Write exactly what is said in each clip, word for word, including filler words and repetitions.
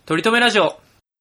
とりとめラジオ。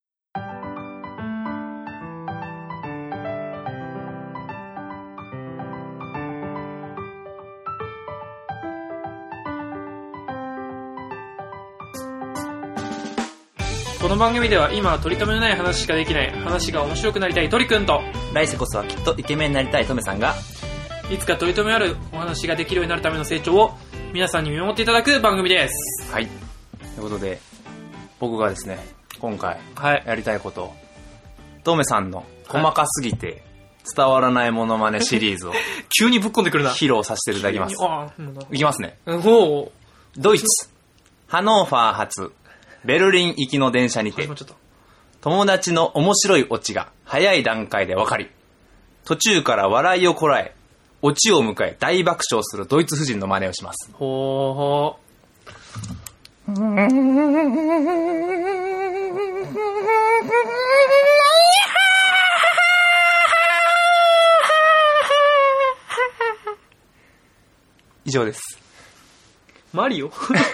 この番組では今は取り留めのない話しかできない、話が面白くなりたいトリくんと、 来世こそはきっとイケメンになりたいトメさんが、 いつか取り留めあるお話ができるようになるための成長を皆さんに見守っていただく番組です。 はい。ということで、僕がですね、今回やりたいことを、はい、トメさんの細かすぎて伝わらないモノマネシリーズを急にぶっこんでくるな。 披露させていただきます。 あいきますね。 おドイツハノーファー発ベルリン行きの電車にて、友達の面白いオチが早い段階で分かり、途中から笑いをこらえ、オチを迎え大爆笑するドイツ夫人の真似をします。 ほーほー。 以上です。 マリオ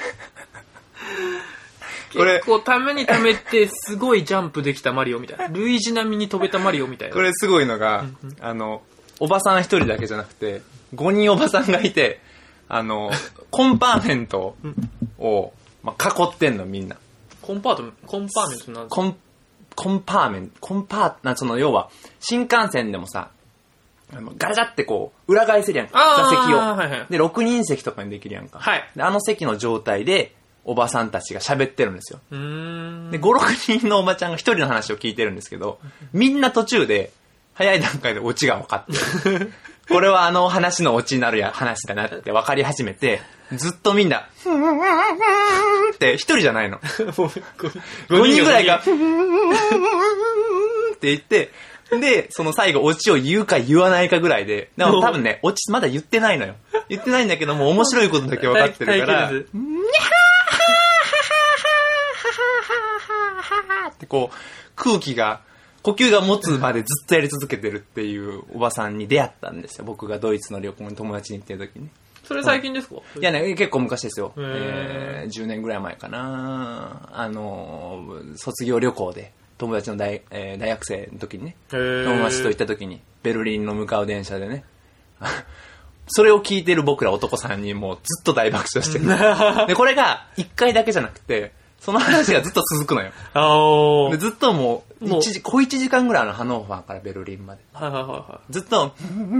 結構ためにためてすごいジャンプできたマリオみたいな。ルイージ並みに飛べたマリオみたいな。 これすごいのが、あの、おばさん一人だけじゃなくて、ごにんおばさんがいて、あの、コンパーメントを、まあ、囲ってんのみんな。 コンパート、コンパーメントなんですか？ コン、コンパーメント、コンパー、な、その要は、新幹線でもさ、あのガチャってこう、裏返せるやんか。座席を、 はいはい。 で、ろくにん席とかにできるやんか。 はい。 で、あの席の状態で、おばさんたちが喋ってるんですよ。 うーんで、ご、ろくにんのおばちゃんが一人の話を聞いてるんですけど、みんな途中で、早い段階でオチが分かってる。これはあの話のオチになるや話だなって分かり始めて、ずっとみんな、って一人じゃないの。ごにんぐらいが、って言って、で、その最後オチを言うか言わないかぐらいで、でも多分ね、オチまだ言ってないのよ。言ってないんだけども、面白いことだけ分かってるから、ってこう、空気が、呼吸が持つまでずっとやり続けてるっていうおばさんに出会ったんですよ。僕がドイツの旅行に友達に行ってる時に。 それ最近ですか？ いやね、結構昔ですよ。 えー、じゅうねんぐらい前かな。あの、卒業旅行で友達の 大,、えー、大学生の時にね、友達と行った時にベルリンの向かう電車でね、それを聞いてる僕ら男さんにんもうずっと大爆笑してる。で、これがいっかいだけじゃなくて、その話がずっと続くのよ。 あでずっともう一時、小一時間ぐらいのハノーファーからベルリンまで。 はいはいはいはい。 ずっと、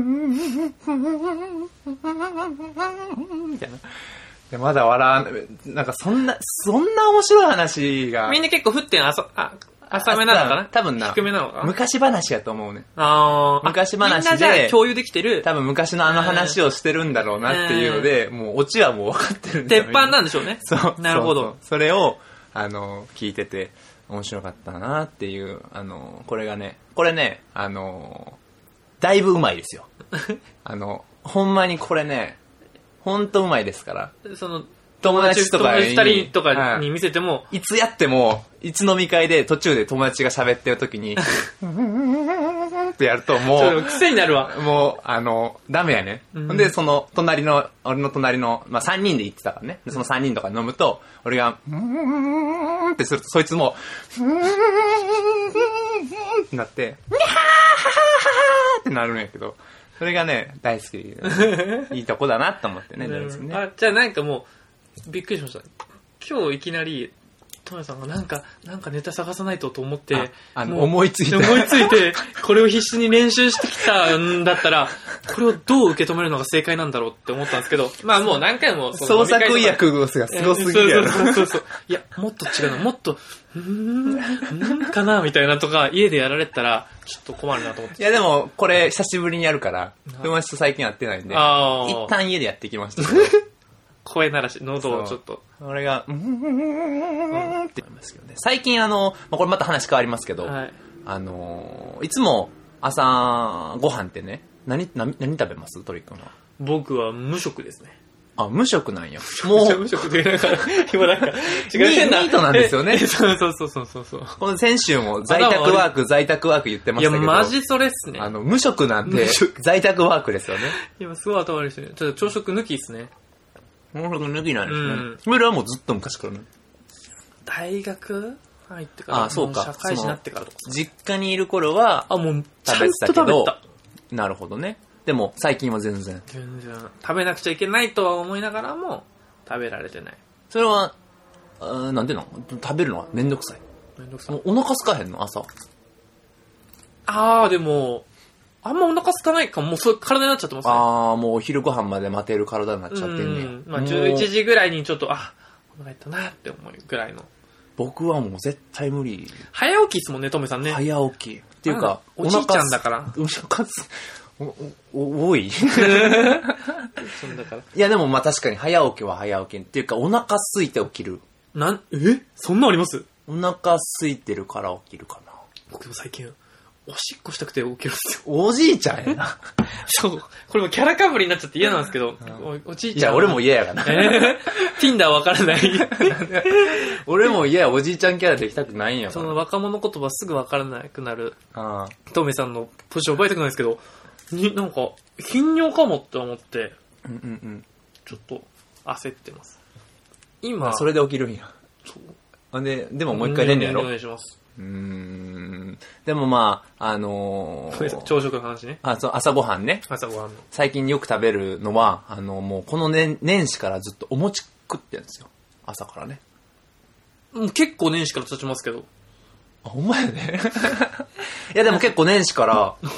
みたいな。でまだ笑わない。なんかそんな、そんな面白い話が。 みんな結構沸点浅、あ、浅めなのかな？ 多分な。 低めなのかな？ 昔話やと思うね。 あー。 昔話で。みんなじゃあ共有できてる。 多分昔のあの話をしてるんだろうなっていうので、もうオチはもう分かってるんですよ。 鉄板なんでしょうね。 そう。 なるほど。 そうそうそれを、あの、聞いてて面白かったなっていう、あの、これがね、これね、あの、だいぶうまいですよ。あの、ほんまにこれね、ほんとうまいですから。 その、 友達とかに。 友達二人とかに見せても、 はい、いつやっても、いつ飲み会で途中で友達が喋ってる時に、ってやるともう、 癖になるわ。 もう、あの、ダメやね。うん、で、その、隣の、俺の隣の、まあ、さんにんで行ってたからね。そのさんにんとか飲むと、俺が、ってすると、そいつも、ってなって、ってなるんやけど、それがね、大好きで、いいとこだなと思ってね、大好きね。 あ、じゃあなんかもう、びっくりしました。今日いきなり、トメさんがなんか、なんかネタ探さないとと思って、ああの思いついて。 思いついて、これを必死に練習してきたんだったら、これをどう受け止めるのが正解なんだろうって思ったんですけど、まあもう何回も創作意訳がすごすぎるやろ。 そうそうそう。いや、もっと違うの、もっと、うーん、なんかなみたいなとか、家でやられたら、ちょっと困るなと思って。 いやでも、これ久しぶりにやるから、友達と最近やってないんで、一旦家でやってきました。 声鳴らし、喉をちょっと。 俺が、うーんって思いますけどね。最近あの、まあ、これまた話変わりますけど、はい、あの、いつも朝ご飯ってね、何、何、何食べますトリックの。 僕は無食ですね。 あ、無食なんや。 もう。無食で、なんか、今なんか、違う変な。 ニートなんですよね。 そうそうそうそうそう。 この先週も在宅ワーク、在宅ワーク言ってましたけど。 いや、マジそれっすね。 あの、無食なんて、在宅ワークですよね。 今すごい頭悪いですね。ちょっと朝食抜きっすね。 朝食抜きなんですね。それはもうずっと昔からね。 大学入ってから。 あ、そうか。 社会人になってからとか。 実家にいる頃は、 あ、もう、 食べてたけど、 ちゃんと食べた。 なるほどね。でも、最近は全然。 全然。食べなくちゃいけないとは思いながらも、食べられてない。 それは、あなんでなの？食べるのはめんどくさい。 めんどくさい。 お腹すかへんの朝。 あー、でも、あんまお腹空かないかも。もうそういう体になっちゃってますね。 ああ、もうお昼ご飯まで待てる体になっちゃってんね。うん。 まあじゅういちじぐらいにちょっと、あ、お腹減ったなって思うぐらいの。 僕はもう絶対無理。 早起きっすもんね、トメさんね。 早起き。っていうか、 おじいちゃんだから。 お腹す、お、お、多いそうだから。 いやでもまあ確かに早起きは早起き。っていうか、お腹空いて起きる。 なん、えそんなあります？ お腹空いてるから起きるかな。 僕も最近、おしっこしたくて起きるんですよ。 おじいちゃんやな。 そう。これもキャラかぶりになっちゃって嫌なんですけど、お, おじいちゃん。 いや、俺も嫌やがな。 えー、Tinder わからない。 俺も嫌や、おじいちゃんキャラできたくないんやから。 その若者言葉すぐわからなくなる、 あトメさんのポジション覚えたくないですけど、に、なんか、頻尿かもって思って、 うんうんうん。 ちょっと焦ってます。今、 それで起きるんや。そう。で、でももう一回練るやろ？ お願いします。 うーん。でもまあ、あのー、 朝食の話ね。 あ、そう、朝ごはんね。 朝ごはんの。 最近よく食べるのは、あの、もうこの年、年始からずっとお餅食ってるんですよ。朝からね。 もう結構年始から経ちますけど。 あ、ほんまやね。いやでも結構年始から、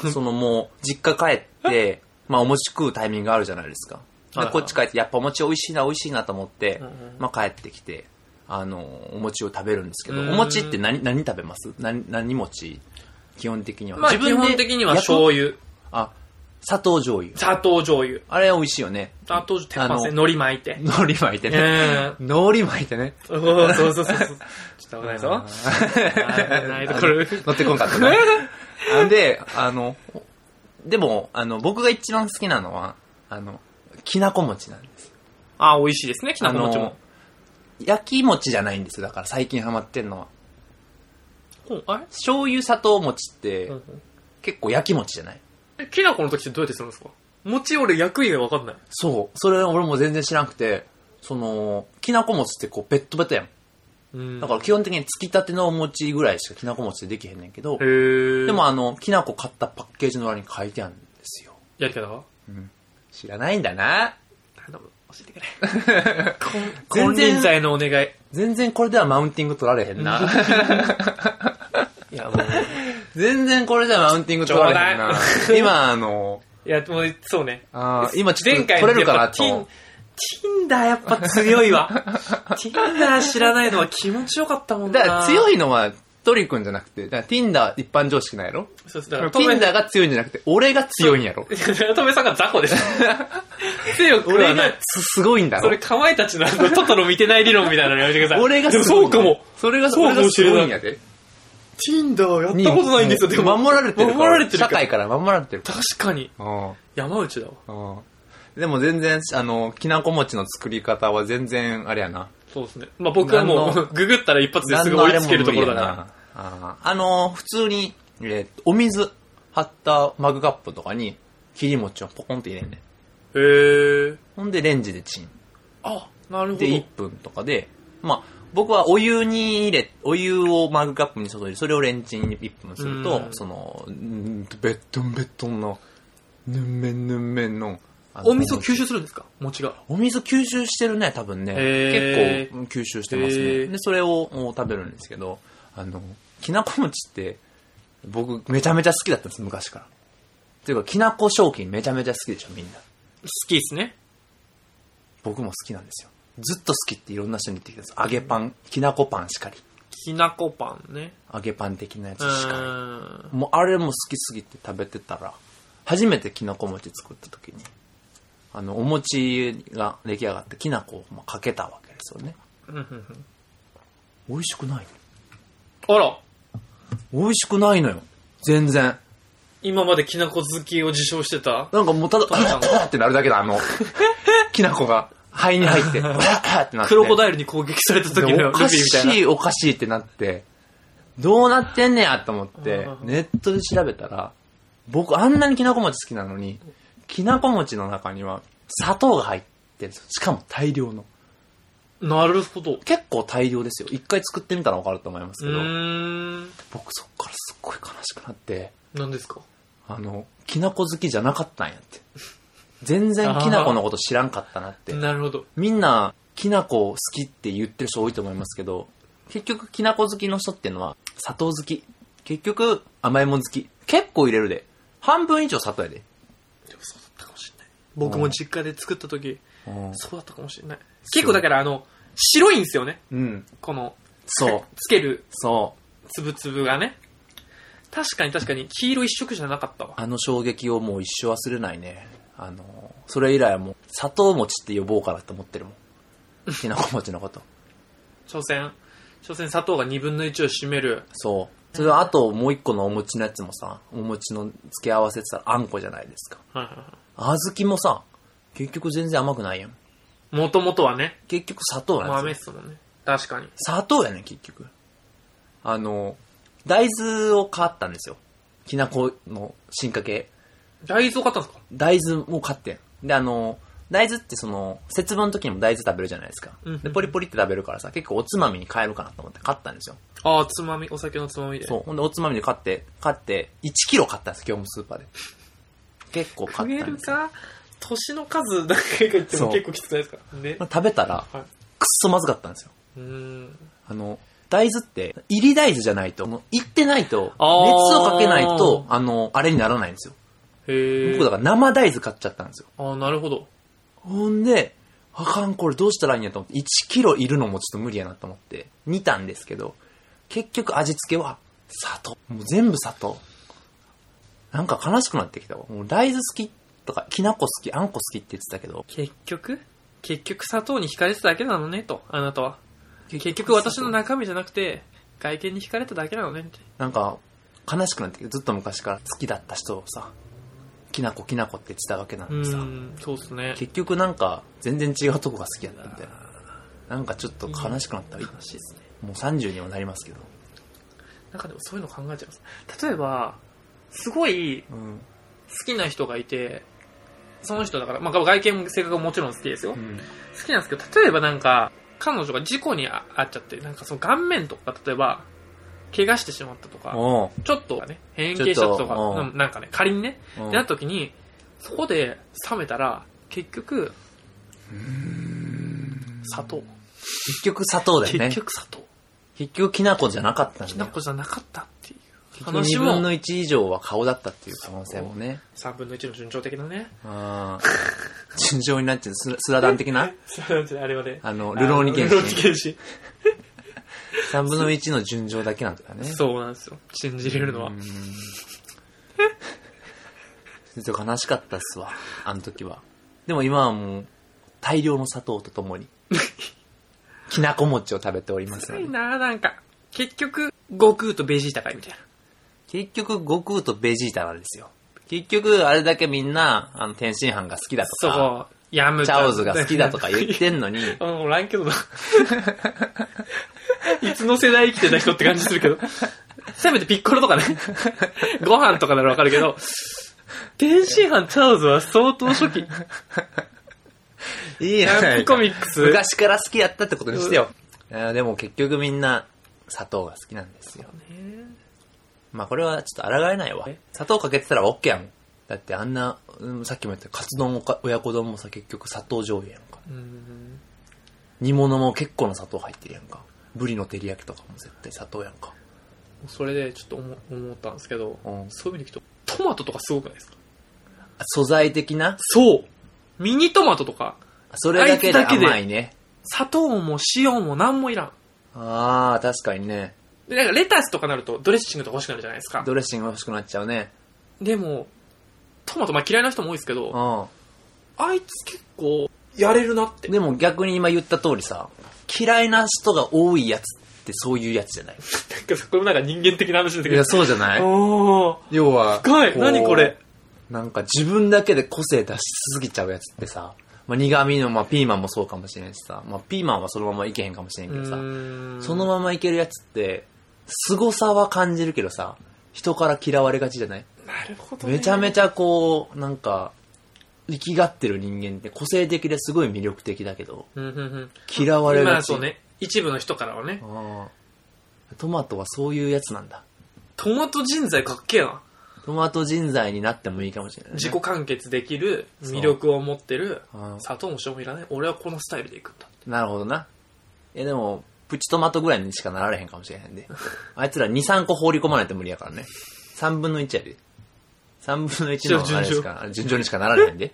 そのもう、実家帰って、まあお餅食うタイミングがあるじゃないですか。で、こっち帰って、やっぱお餅美味しいな、美味しいなと思って、まあ帰ってきて、あの、お餅を食べるんですけど、お餅って何、何食べます？何、何餅？基本的には。 まあ自分で基本的には醤油。 あ、砂糖醤油。 砂糖醤油。 あれ美味しいよね。 砂糖醤油、鉄板ね。海苔巻いて。 海苔巻いてね。海苔巻いてね。 そうそうそうそう。ちょっと危ないぞ。危ないところ。 乗ってこんかったね。なんで、あの、でも、あの、僕が一番好きなのは、あの、きなこ餅なんです。 あ、美味しいですね、きなこ餅も。 焼き餅じゃないんですよ。だから最近ハマってんのは。 あれ醤油砂糖餅って、結構焼き餅じゃない？ え、きなこの時ってどうやってするんですか？餅俺焼く以外わかんない。 そう。それ俺も全然知らなくて、その、きなこ餅ってこう、ベッドベトやん。うん、だから基本的につきたてのお餅ぐらいしかきなこ餅でできへんねんけど、へー。でもあの、きなこ買ったパッケージの裏に書いてあるんですよ。 やり方は？ うん。知らないんだな。 頼む。教えてくれ。金輪際のお願い。 全然これではマウンティング取られへんな。いやもう、全然これではマウンティング取られへんな。今あの、 いや、もう、そうね。 あ今ちょっと取れるかなと。 Tinder やっぱ強いわ。Tinder 知らないのは気持ちよかったもんな。 だから強いのはトリ君じゃなくて、だから Tinder 一般常識なんやろ？そうです。だから Tinder が強いんじゃなくて、俺が強いんやろ？ トメさんが雑魚です。強くはない。 すごいんだろ？ それ、かまいたちのトトロ見てない理論みたいなのやめてください。 俺がすごい。 そうかも。 それがそうかもしれないんやで。 Tinder やったことないんですよ。 でも守られてる。 守られてる。 社会から守られてる。 確かに。山内だわ。でも全然、あの、きなこ餅の作り方は全然、あれやな。 そうですね。まあ僕はもう、ググったら一発ですぐ追いつけるところだな。 あ, あの、普通に、えー、お水張ったマグカップとかに、切り餅をポコンって入れんねん。へー。ほんでレンジでチン。 あ、なるほど。 で、いっぷんとかで、まあ、僕はお湯に入れ、お湯をマグカップに注いで、それをレンチンにいっぷんすると、その、ベッドンベッドンの、ぬんめんぬんめんの、 お水を吸収するんですか？餅が。 お水吸収してるね、多分ね。結構吸収してますね。で、それを食べるんですけど、あの、きなこ餅って、僕めちゃめちゃ好きだったんです、昔から。というか、きなこ商品めちゃめちゃ好きでしょ、みんな。好きですね。 僕も好きなんですよ。ずっと好きっていろんな人に言ってきたんです。揚げパン、きなこパンしかり。 きなこパンね。 揚げパン的なやつしかり。もうあれも好きすぎて食べてたら、初めてきなこ餅作った時に、あの、お餅が出来上がってきなこをかけたわけですよね。美味しくないの？あら。 美味しくないのよ。全然。 今まできなこ好きを自称してた？ なんかもうただ、ってなるだけだ、あの、きなこが肺に入って、ってなって。 クロコダイルに攻撃された時のルビーみたいな。 おかしい、おかしいってなって、どうなってんねやと思って、ネットで調べたら、僕あんなにきなこ餅好きなのに、きなこ餅の中には砂糖が入ってるんですよ。しかも大量の。 なるほど。 結構大量ですよ。一回作ってみたら分かると思いますけど。 うーん。 僕そっからすっごい悲しくなって。 何ですか？ あの、きなこ好きじゃなかったんやって。全然きなこのこと知らんかったなって。 なるほど。 みんな、きなこ好きって言ってる人多いと思いますけど、結局きなこ好きの人っていうのは砂糖好き。結局甘いもん好き。結構入れるで。半分以上砂糖やで。 でもそうだったかもしれない。僕も実家で作った時、 うん、 そうだったかもしれない。結構だからあの、白いんですよね。 うん。 この、 そう。 つける。 そう。 つぶつぶがね。確かに確かに黄色一色じゃなかったわ。 あの衝撃をもう一生忘れないね。あの、それ以来はもう砂糖餅って呼ぼうかなって思ってるもん。きなこ餅のこと。 所詮、所詮砂糖がにぶんのいちを占める。 そう。それはあともう一個のお餅のやつもさ、お餅の付け合わせって言ったらあんこじゃないですか。 はいはいはい。 小豆もさ、結局全然甘くないやん。 もともとはね。 結局砂糖なんですよ。 豆っすもんね。確かに。 砂糖やねん、結局。あの、大豆を買ったんですよ。きなこの進化系。 大豆を買ったんですか？ 大豆も買ってん。で、あの、大豆ってその、節分の時にも大豆食べるじゃないですか。うんうん、で、ポリポリって食べるからさ、結構おつまみに買えるかなと思って買ったんですよ。 ああ、つまみ、お酒のつまみで。 そう。ほんで、おつまみで買って、買って、いちキロ買ったんです、今日もスーパーで。結構買ったんですよ。 食えるか？年の数だけが言っても結構きつくないですか？ね。 食べたら、はい、くっそまずかったんですよ。 うーん。 あの、大豆って、入り大豆じゃないと、いってないと、熱をかけないと、あの、あれにならないんですよ。 へー。 僕だから生大豆買っちゃったんですよ。 ああ、なるほど。 ほんで、あかん、これどうしたらいいんやと思って、いちキロいるのもちょっと無理やなと思って、煮たんですけど、結局味付けは砂糖。もう全部砂糖。なんか悲しくなってきたわ。もう大豆好きとか、きなこ好き、あんこ好きって言ってたけど。 結局結局砂糖に惹かれてただけなのね、と、あなたは。結局私の中身じゃなくて、外見に惹かれただけなのねって。 なんか、悲しくなってきて、ずっと昔から好きだった人をさ、きなこきなこって言ってたわけなんでさ。 うん、そうっすね。 結局なんか、全然違うとこが好きやったみたいな。なんかちょっと悲しくなったら悲しいですね。もうさんじゅうにはなりますけど。 なんかでもそういうの考えちゃいます。例えば、すごい、好きな人がいて、その人だから、まあ外見も性格ももちろん好きですよ。うん、好きなんですけど、例えばなんか、彼女が事故に遭っちゃって、なんかその顔面とか、例えば、怪我してしまったとか、ちょっとね、変形しちゃったとか、なんかね、仮にね、ってなった時に、そこで冷めたら、結局、うーん砂糖。 結局砂糖だよね。 結局砂糖。 結局きなこじゃなかったんだよ。 きなこじゃなかったっていう話も。にぶんのいち以上は顔だったっていう可能性もね。 さんぶんのいちの順調的なね。 ああ。順調になっちゃう。スラスラダン的なスラダンってあれはね。 あの、ルローニケンシン。 ルローニケンシン。 さんぶんのいちの順調だけなんだね。 そうなんですよ。信じれるのは。 ちょっと悲しかったっすわ。あの時は。でも今はもう、大量の砂糖とともに、きなこ餅を食べておりますので。 いななんか、結局、悟空とベジータかいみたいな。 結局、悟空とベジータなんですよ。結局、あれだけみんな、あの、天津飯が好きだとか、 そう、ヤムチャオズが好きだとか言ってんのに。 あの、おらんけどな。いつの世代生きてた人って感じするけど。せめてピッコロとかね。ご飯とかならわかるけど、天津飯チャオズは相当初期。 いいやん。コミックス。 昔から好きやったってことにしてよ。うん、でも結局みんな砂糖が好きなんですよ。ね、まあこれはちょっと抗えないわ。砂糖かけてたら OK やん。だってあんな、うん、さっきも言ったカツ丼親子丼もさ結局砂糖醤油やんか。うん煮物も結構な砂糖入ってるやんか。ブリの照り焼きとかも絶対砂糖やんか。 それでちょっと思思ったんですけど、うん、そういう意味でいくとトマトとかすごくないですか？ 素材的な？ そうミニトマトとかそれだけで甘いね。 砂糖も塩も何もいらん。 ああ、確かにね。 で、なんかレタスとかなるとドレッシングとか欲しくなるじゃないですか。 ドレッシング欲しくなっちゃうね。 でも、トマト、まあ嫌いな人も多いですけど、 あ, あいつ結構やれるなって。 でも逆に今言った通りさ、嫌いな人が多いやつってそういうやつじゃない？ なんかそこもなんか人間的な話だけど。 いや、そうじゃない？ お要は、 深い。何これ？ なんか自分だけで個性出しすぎちゃうやつってさ、まあ、苦味の、まあ、ピーマンもそうかもしれんしさ、まあ、ピーマンはそのままいけへんかもしれんけどさ、そのままいけるやつって、凄さは感じるけどさ、人から嫌われがちじゃない？ なるほど、ね。 めちゃめちゃこう、なんか、 生きがってる人間って個性的ですごい魅力的だけど、 うんうんうん、 嫌われがち。 まあそうね。一部の人からはね。 あトマトはそういうやつなんだ。 トマト人材かっけえな。 トマト人材になってもいいかもしれない、ね。 自己完結できる魅力を持ってる。砂糖も塩もいらない。俺はこのスタイルでいくんだ。 なるほどな。え、でも、プチトマトぐらいにしかなられへんかもしれへんで。あいつらに、さんこ放り込まないと無理やからね。さんぶんのいちやで。さんぶんのいちのあれしか、順調にしかなられへんで。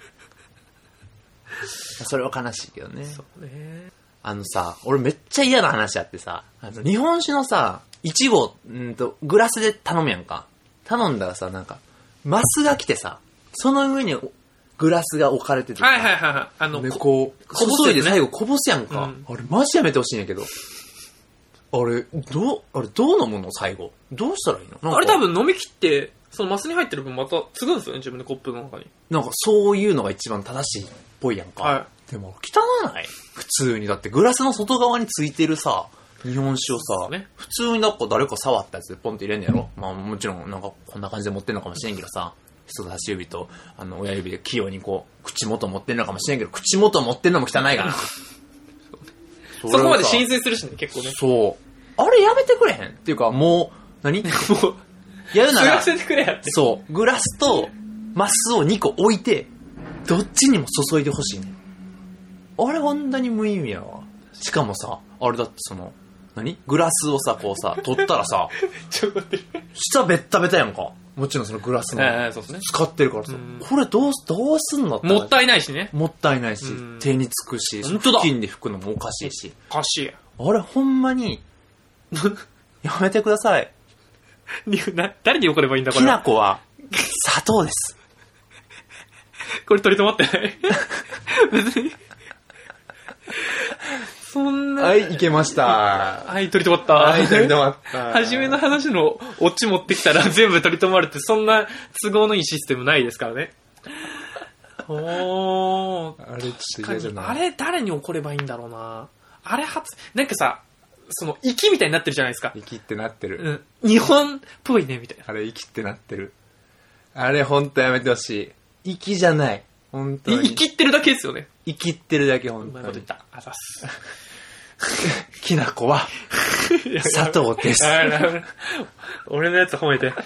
それは悲しいけどね。 そうね。 あのさ、俺めっちゃ嫌な話あってさ、あの日本酒のさ、いちご、んと、グラスで頼むやんか。頼んだらさ、なんか、マスが来てさ、その上にグラスが置かれててさ。 はいはいはいはい。あの、 で、こう、こぼす、ね、注いで最後こぼすやんか。うん、あれマジやめてほしいんやけど。あれ、どう、あれどう飲むの最後。どうしたらいいの？ あれ多分飲み切って、そのマスに入ってる分また継ぐんですよね、自分でコップの中に。 なんかそういうのが一番正しいっぽいやんか。はい。でも汚ない？普通に。だってグラスの外側についてるさ、日本酒をさ、ね、普通になんか誰か触ったやつでポンって入れんのやろ？まあもちろんなんかこんな感じで持ってんのかもしれんけどさ、人差し指とあの親指で器用にこう、口元持ってんのかもしれんけど、口元持ってんのも汚いから。 そ, そこまで浸水するしね、結構ね。 そう。あれやめてくれへんっていうかもう、何もう、やるなら、 せてくれやって。 そう、グラスとマスをにこ置いて、どっちにも注いでほしいね。あれほんとに無意味やわ。しかもさ、あれだってその、何グラスをさ、こうさ、取ったらさ、 ちょっと待って。 下ベッタベタやんか。もちろんそのグラスの、 えーそうですね、 使ってるからさ、これどう、どうすんのって。 もったいないしね。 もったいないし、手につくし、 本当だ。 布巾で拭くのもおかしいし。 おかしい。 あれほんまに、やめてください。 誰に怒ればいいんだこれ。 きな粉は砂糖です。 これ取り留まってない別に。そんな。 はい、いけました。 はい、取り留まった。 はい、取り留まった。 初めの話のオチ持ってきたら全部取り留まるって、そんな都合のいいシステムないですからね。おー。 あれ、ちょっと嫌じゃない。 あれ、誰に怒ればいいんだろうな。あれ初、なんかさ、その、息みたいになってるじゃないですか。 息ってなってる。 うん。日本っぽいね、みたいな。 あれ、息ってなってる。あれ、ほんとやめてほしい。息じゃない。ほんとに。 息ってるだけですよね。 息ってるだけ、ほんとに。 うまいこと言った。あざっす。 きな粉は、砂糖です。 俺のやつ褒めて。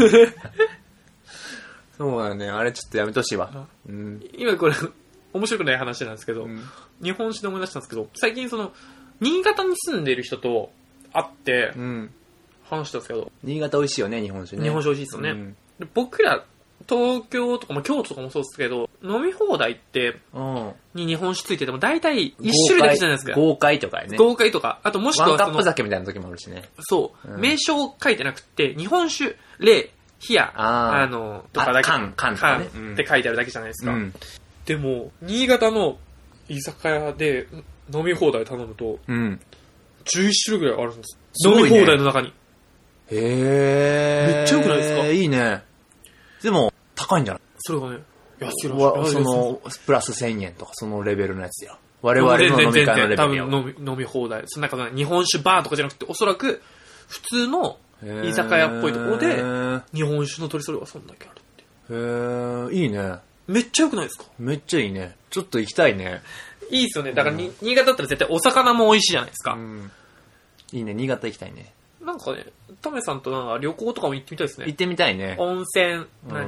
そうだね。あれ、ちょっとやめてほしいわ。 うん、今これ、面白くない話なんですけど、うん、日本史で思い出したんですけど、最近その、新潟に住んでいる人と会って話したんですけど、うん、 新潟美味しいよね、日本酒ね。 日本酒美味しいですよね、うん、で僕ら東京とか、まあ、京都とかもそうですけど、飲み放題ってに日本酒ついてても大体一種類だけじゃないですか。 豪快とかね。 豪快とか、あともしくはワンカップ酒みたいな時もあるしね。 そう、うん、名称書いてなくて、日本酒例冷やああのとかだけ缶缶とかね、 うん、って書いてあるだけじゃないですか、うん、でも新潟の居酒屋で飲み放題頼むと、うん、じゅういち種類ぐらいあるんです。すごいね、飲み放題の中に。 へー。 めっちゃ良くないですか？ いいね。でも、高いんじゃない？ それがね、安いらしい。 その、プラスせんえんとか、そのレベルのやつや。我々の飲み会のレベルや。 多分飲み、飲み放題。その中の日本酒バーとかじゃなくて、おそらく、普通の居酒屋っぽいところで、日本酒の取り揃えがそんだけあるって。 へー。いいね。 めっちゃ良くないですか？ めっちゃいいね。ちょっと行きたいね。 いいですよね。だからに、うん、新潟だったら絶対お魚も美味しいじゃないですか。うん、 いいね。新潟行きたいね。 なんかね、タメさんとなんか旅行とかも行ってみたいですね。 行ってみたいね。 温泉、うん、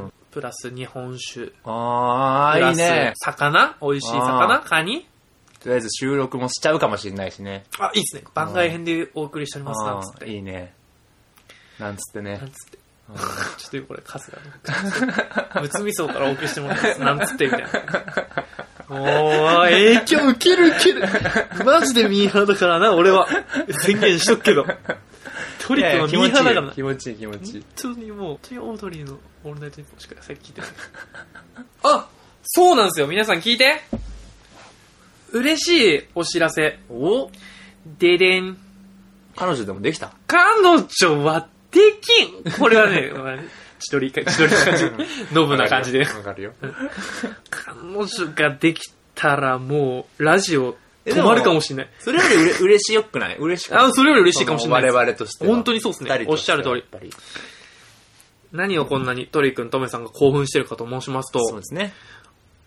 プラス日本酒。 あー、いいね。 魚美味しい魚カニとりあえず収録もしちゃうかもしれないしね。 あ、いいですね。番外編でお送りしておりますなんつって。 いいね。なんつってね。 なんつって。ちょっとこれカスがむつみそうからお送りしてもらいます。なんつってみたいな。おー、影響受ける受ける。マジでミーハーだからな、俺は。宣言しとくけど。トリックはミーハーだからな。 気持ちいい気持ちいい。 本当にもう、本当にオードリーのオールナイトニッポンしかさっき聞いてない。あ、そうなんですよ。皆さん聞いて。嬉しいお知らせ。 おででん。 彼女でもできた？ 彼女はできん。これはね、千鳥か、千鳥な感じ。ノブな感じで。 わかるよ。 彼女ができたらもう、ラジオ止まるかもしれない。 それよりうれ嬉しいよくない？嬉しくない？ あ、それより嬉しいかもしれない。 我々としては。 本当にそうですね。おっしゃる通り。何をこんなにトリ君、トメさんが興奮してるかと申しますと、 そうですね。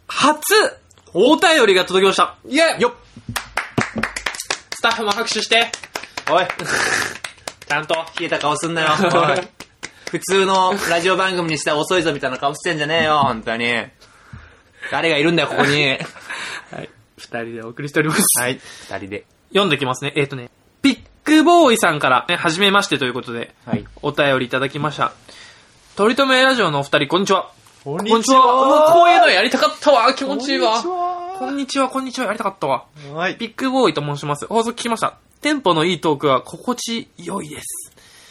初お便りが届きました。 イェイよっスタッフも拍手して。 おい。 ちゃんと。 冷えた顔すんなよ。おい。普通のラジオ番組にしたら遅いぞみたいな顔してんじゃねえよ、本当に。誰がいるんだよ、ここに。 はい。二人でお送りしております。 はい。二人で。 読んできますね。えっ、ー、とね、ピックボーイさんから、ね、はじめましてということで、はい。お便りいただきました。とりとめラジオのお二人、こんにちは。 こんにちは。 こういうのやりたかったわ。気持ちいいわ。こんにちは。こんにちは。やりたかったわ。はい。ピックボーイと申します。放送聞きました。テンポのいいトークは心地よいです。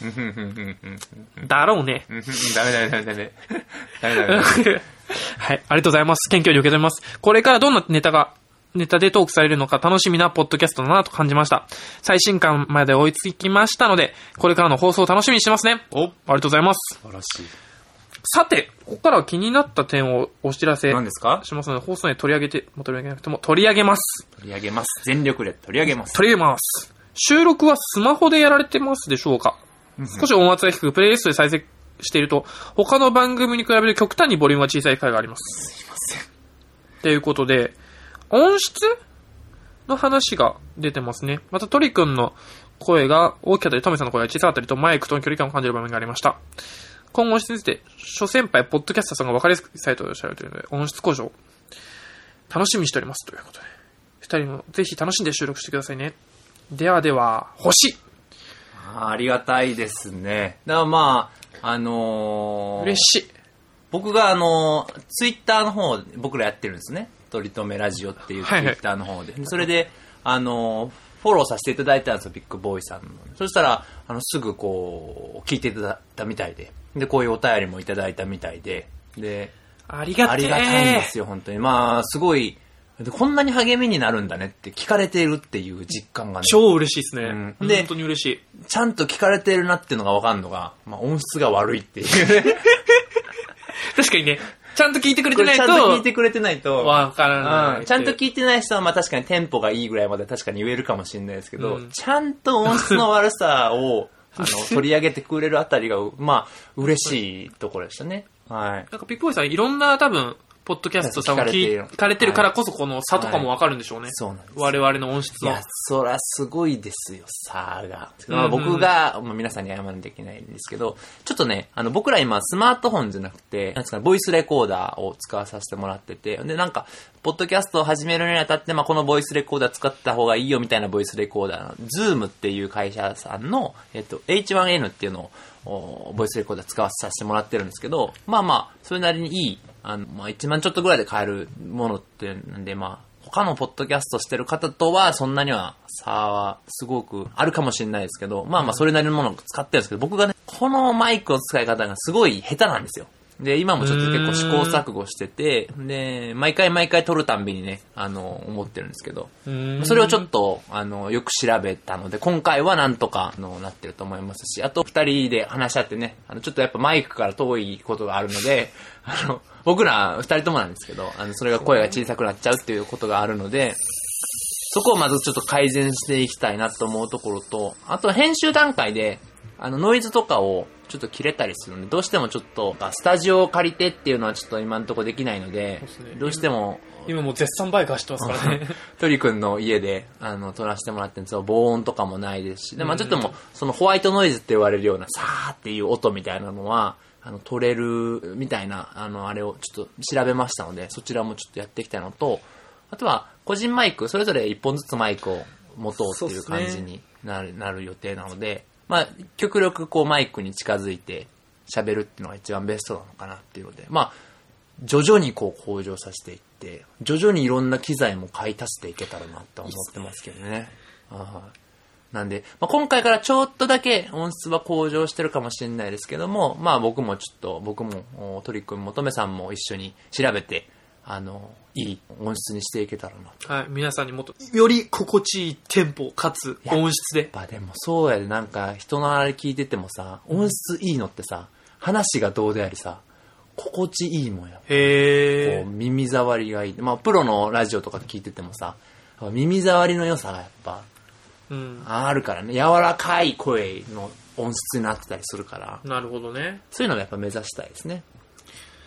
だろうね。 ダメダメダメダメ。ダメダメダメ。 はい。ありがとうございます。謙虚に受け止めます。これからどんなネタが、ネタでトークされるのか楽しみなポッドキャストだなと感じました。最新刊まで追いつきましたので、これからの放送を楽しみにしてますね。お、ありがとうございます。 素晴らしい。 さて、ここからは気になった点をお知らせ何ですかしますので、放送に取り上げて、も取り上げなくても取り上げます。 取り上げます。全力で取り上げます。 取り上げます。収録はスマホでやられてますでしょうか？少し音圧が低く、プレイリストで再生していると、他の番組に比べる極端にボリュームが小さい回があります。 すいません。 ということで、音質の話が出てますね。またトリ君の声が大きかったり、トメさんの声が小さかったりと、マイクとの距離感を感じる場面がありました。今後音質について、諸先輩、ポッドキャスターさんが分かりやすいサイトでおっしゃるというので、音質向上、楽しみにしておりますということで、二人もぜひ楽しんで収録してくださいね。ではでは、星あ, ありがたいですね。だからまあ、あのー、 嬉しい。 僕があのー、ツイッターの方、僕らやってるんですね。とりとめラジオっていうツイッターの方で。はいはい、それで、あのー、フォローさせていただいたんですよ、ビッグボーイさんの。そしたら、あの、すぐこう、聞いていただいたみたいで。で、こういうお便りもいただいたみたいで。で、 ありがたい。 ありがたいんですよ、本当に。まあ、すごい、でこんなに励みになるんだねって聞かれているっていう実感がね。 超嬉しいですね。うん、で、本当に嬉しい。 ちゃんと聞かれてるなっていうのが分かるのが、まあ、音質が悪いっていうね。 確かにね。ちゃんと聞いてくれてないと。 ちゃんと聞いてくれてないと。 わからない、 うん。ちゃんと聞いてない人は、まあ確かにテンポがいいぐらいまで確かに言えるかもしれないですけど、うん、ちゃんと音質の悪さをあの取り上げてくれるあたりが、まあ嬉しいところでしたね。はい。 なんかピックボーイさんいろんな多分、ポッドキャストさんを聞かれてるからこそこの差とかもわかるんでしょうね。はい、 そうなんです。 我々の音質の。 いや、そらすごいですよ、差が。まあ、僕が、まあ、皆さんに謝らなきゃいけないんですけど、ちょっとね、あの、僕ら今スマートフォンじゃなくて、なんですかね、ボイスレコーダーを使わさせてもらってて、で、なんか、ポッドキャストを始めるにあたって、まあ、このボイスレコーダー使った方がいいよみたいなボイスレコーダーの、ズームっていう会社さんの、えっと、エイチワンエヌ っていうのを、ボイスレコーダー使わさせてもらってるんですけど、まあまあ、それなりにいい、あの、まあ、いちまんちょっとぐらいで買えるものってなんで、まあ、他のポッドキャストしてる方とは、そんなには差はすごくあるかもしれないですけど、まあまあ、それなりのものを使ってるんですけど、僕がね、このマイクの使い方がすごい下手なんですよ。で、今もちょっと結構試行錯誤してて、で、毎回毎回撮るたんびにね、あの、思ってるんですけど、それをちょっと、あの、よく調べたので、今回はなんとか、あの、なってると思いますし、あと二人で話し合ってね、あの、ちょっとやっぱマイクから遠いことがあるので、あの、僕ら二人ともなんですけど、あの、それが声が小さくなっちゃうっていうことがあるので、そこをまずちょっと改善していきたいなと思うところと、あと編集段階で、あの、ノイズとかをちょっと切れたりするので、どうしてもちょっと、スタジオを借りてっていうのはちょっと今のところできないので、どうしても、 今もう絶賛バイク走ってますからね。 トリ君の家で、あの、撮らせてもらってるんですよ。防音とかもないですし、で、まあちょっともう、そのホワイトノイズって言われるような、さーっていう音みたいなのは、あの、撮れるみたいな、あの、あれをちょっと調べましたので、そちらもちょっとやっていきたいのと、あとは、個人マイク、それぞれ一本ずつマイクを持とうっていう感じになる、なる予定なので、まあ、極力こうマイクに近づいて喋るっていうのが一番ベストなのかなっていうので、まあ、徐々にこう向上させていって、徐々にいろんな機材も買い足していけたらなと思ってますけどね。あなんで、まあ、今回からちょっとだけ音質は向上してるかもしれないですけども、まあ僕もちょっと、僕も鳥くんもとめさんも一緒に調べて、あの、いい音質にしていけたらなと。 はい、皆さんにもっと、より心地いいテンポかつ音質で。 やっぱでもそうやで、なんか人のあれ聞いててもさ、音質いいのってさ、話がどうでありさ、心地いいもんや。 へー。 こう耳障りがいい。まあプロのラジオとか聞いててもさ、耳障りの良さがやっぱ、うん、あるからね、柔らかい声の音質になってたりするから。 なるほどね。 そういうのがやっぱ目指したいですね。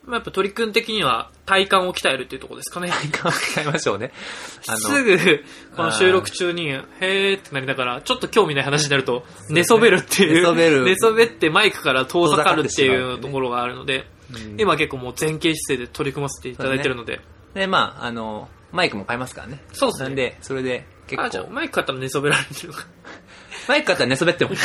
まあ、やっぱ鳥くん的には体幹を鍛えるっていうところですかね。 体幹を鍛えましょうね。 あのすぐ、この収録中に、へーってなりながら、ちょっと興味ない話になると、寝そべるっていう。寝そべる。寝そべってマイクから遠ざかるっていうところがあるので、うん、今結構もう前傾姿勢で取り組ませていただいてるので。 で、ね、まあ、あの、マイクも買いますからね。 そうですね。 なんで、それで結構。 あ、じゃあマイク買ったら寝そべられてるのか。 マイク買ったら寝そべってもいい。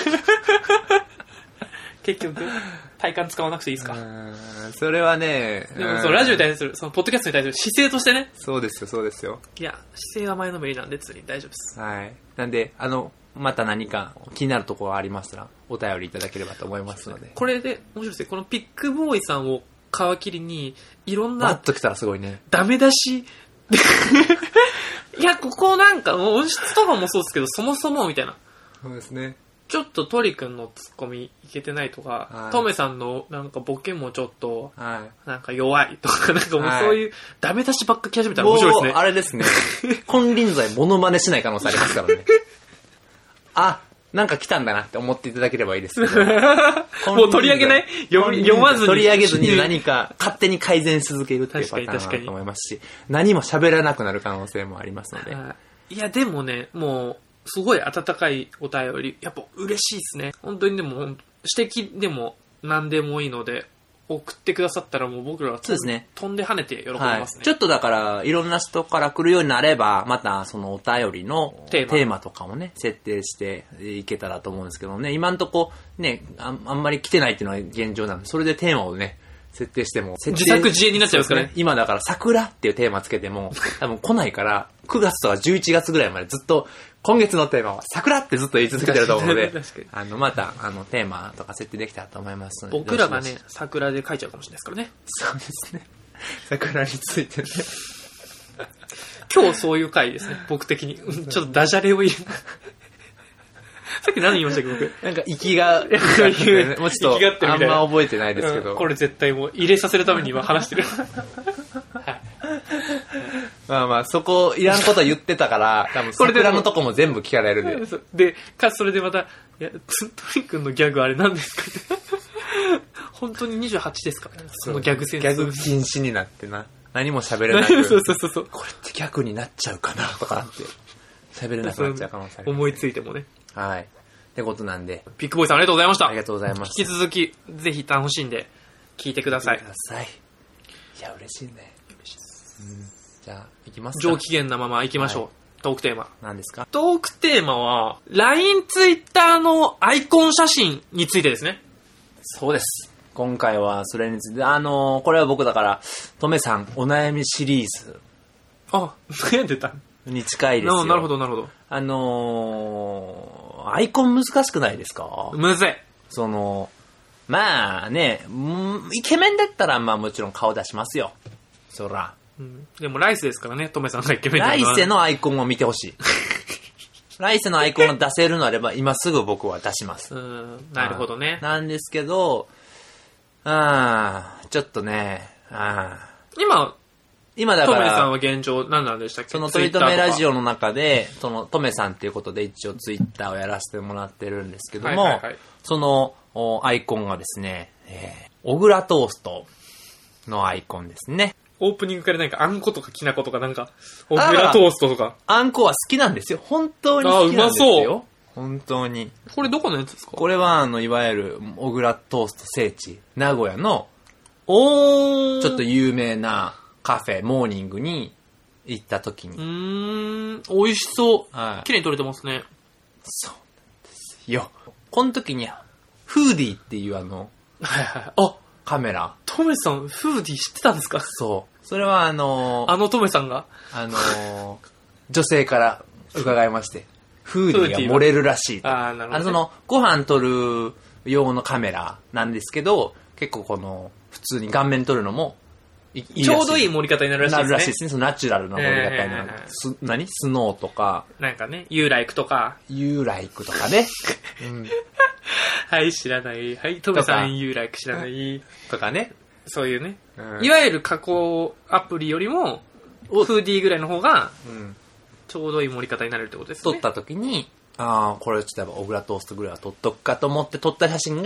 結局、体幹使わなくていいですか？ それはね、 でもそのラジオに対する、そのポッドキャストに対する姿勢としてね。 そうですよ、そうですよ。 いや、姿勢は前のめりなんで、別に大丈夫です。 はい。なんで、あの、また何か気になるところがありましたら、お便りいただければと思いますので。 これで、面白いですね。このピックボーイさんを皮切りに、いろんな、 バッと来たらすごいね。 ダメ出し。いや、ここなんか、音質とかもそうですけど、そもそもみたいな。 そうですね。 ちょっとトリ君のツッコミいけてないとか、はい、トメさんのなんかボケもちょっと、はい、なんか弱いとか、なんかもうそういうダメ出しばっか来始めたら面白いですね。 もうあれですね。金輪際モノマネしない可能性ありますからね。あ、なんか来たんだなって思っていただければいいですけど。 もう取り上げない読, 読まずに。 取り上げずに何か勝手に改善し続けるっていうパターンだと思いますし、何も喋らなくなる可能性もありますので。 いや、でもね、もう、すごい温かいお便り、やっぱ嬉しいですね。本当にでも、指摘でも何でもいいので、送ってくださったらもう僕らはそうですね、飛んで跳ねて喜びますね、はい。 ちょっとだから、いろんな人から来るようになれば、またそのお便りのテーマ、テーマとかもね、設定していけたらと思うんですけどね、今んとこね、あ、あんまり来てないっていうのは現状なんで、それでテーマをね、設定しても。 自作自演になっちゃいますからね。 今だから桜っていうテーマつけても、多分来ないから、くがつとかじゅういちがつぐらいまでずっと、今月のテーマは桜ってずっと言い続けてると思うので、あの、また、あの、テーマとか設定できたらと思いますので。 僕らがね、桜で書いちゃうかもしれないですからね。 そうですね。桜についてね。 今日そういう回ですね、僕的に。ちょっとダジャレを入れさっき何言いましたっけ、僕。 なんか、息が、もうちょっと、あんま覚えてないですけど、 うん。これ絶対もう入れさせるために今話してる。はい。 まあまあ、そこ、いらんこと言ってたから、多分、桜のとこも全部聞かれるで。で、かつそれでまた、いや、トリ君のギャグあれ何ですかって。本当ににじゅうはちですかそのギャグセンス。 ギャグ禁止になってな。何も喋れなくそうそうそうそう。 これってギャグになっちゃうかなとかって。喋れなくなっちゃう可能性ある。 思いついてもね。 はい。ってことなんで。 ピックボーイさんありがとうございました。 ありがとうございます。 引き続き、ぜひ楽しんで聞いてください。 聞いてください。いや、嬉しいね。嬉しいです。うん、じゃあ、行きますか。 上機嫌なまま行きましょう。はい、トークテーマ。 何ですか？ トークテーマは、ライン Twitter のアイコン写真についてですね。 そうです。今回はそれについて、あのー、これは僕だから、トメさんお悩みシリーズ。 あ、悩んでたに近いですよ。 なるほど、なるほど。 あのー、アイコン難しくないですか？ むずい。 その、まあね、イケメンだったらまあもちろん顔出しますよ。そら。 うん、でも来世ですからね、トメさんがイケメンだから。 来世のアイコンを見てほしい。来世のアイコンを出せるのであれば、今すぐ僕は出します。 うん、なるほどね。 なんですけど、ああ、ちょっとね、あ今、 今だから、 トメさんは現状何なんでしたっけ？ そのトリトメラジオの中で、そのトメさんっていうことで一応ツイッターをやらせてもらってるんですけども、はいはいはい、そのアイコンがですね、えー、小倉トーストのアイコンですね。 オープニングからなんかあんことかきなことかなんか、小倉トーストとか。 あんこは好きなんですよ。本当に好きなんですよ。あ、うまそう。本当に。 これどこのやつですか？ これは、あの、いわゆる、小倉トースト聖地、名古屋の、 おー。 ちょっと有名なカフェ、モーニングに行った時に。 うーん、美味しそう。はい。綺麗に撮れてますね。 そうなんですよ。この時に、フーディーっていうあの、 はいはい。あ、 カメラ。 トメさん、フーディー知ってたんですか？ そう。それはあのー、あのトメさんがあのー、女性から伺いまして。フーディーが漏れるらしいと。 ああ、なるほど、ね。 あの、その、ご飯撮る用のカメラなんですけど、結構この、普通に顔面撮るのもいい、 ちょうどいい盛り方になるらしいですね。 なるらしいですね。そのナチュラルな盛り方になる。えー、す何スノーとか。 なんかね、ユーライクとか。 ユーライクとかね。うん、 はい、知らない。はい、トメさんユーライク知らない。 とかね。 そういうね。うん、いわゆる加工アプリよりも、フーディーぐらいの方が、うんちょうどいい盛り方になるってことですね。 撮った時に、ああ、これちょっとやっぱ小倉トーストぐらいは撮っとくかと思って撮った写真が、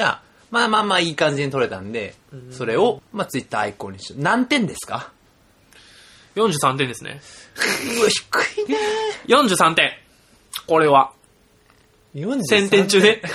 まあまあまあいい感じに撮れたんで、それを、まあツイッターアイコンにしよう。何点ですか？ よんじゅうさんてんですね。 うわ、低いねー。よんじゅうさんてん。これは。 よんじゅうさんせんてん中で。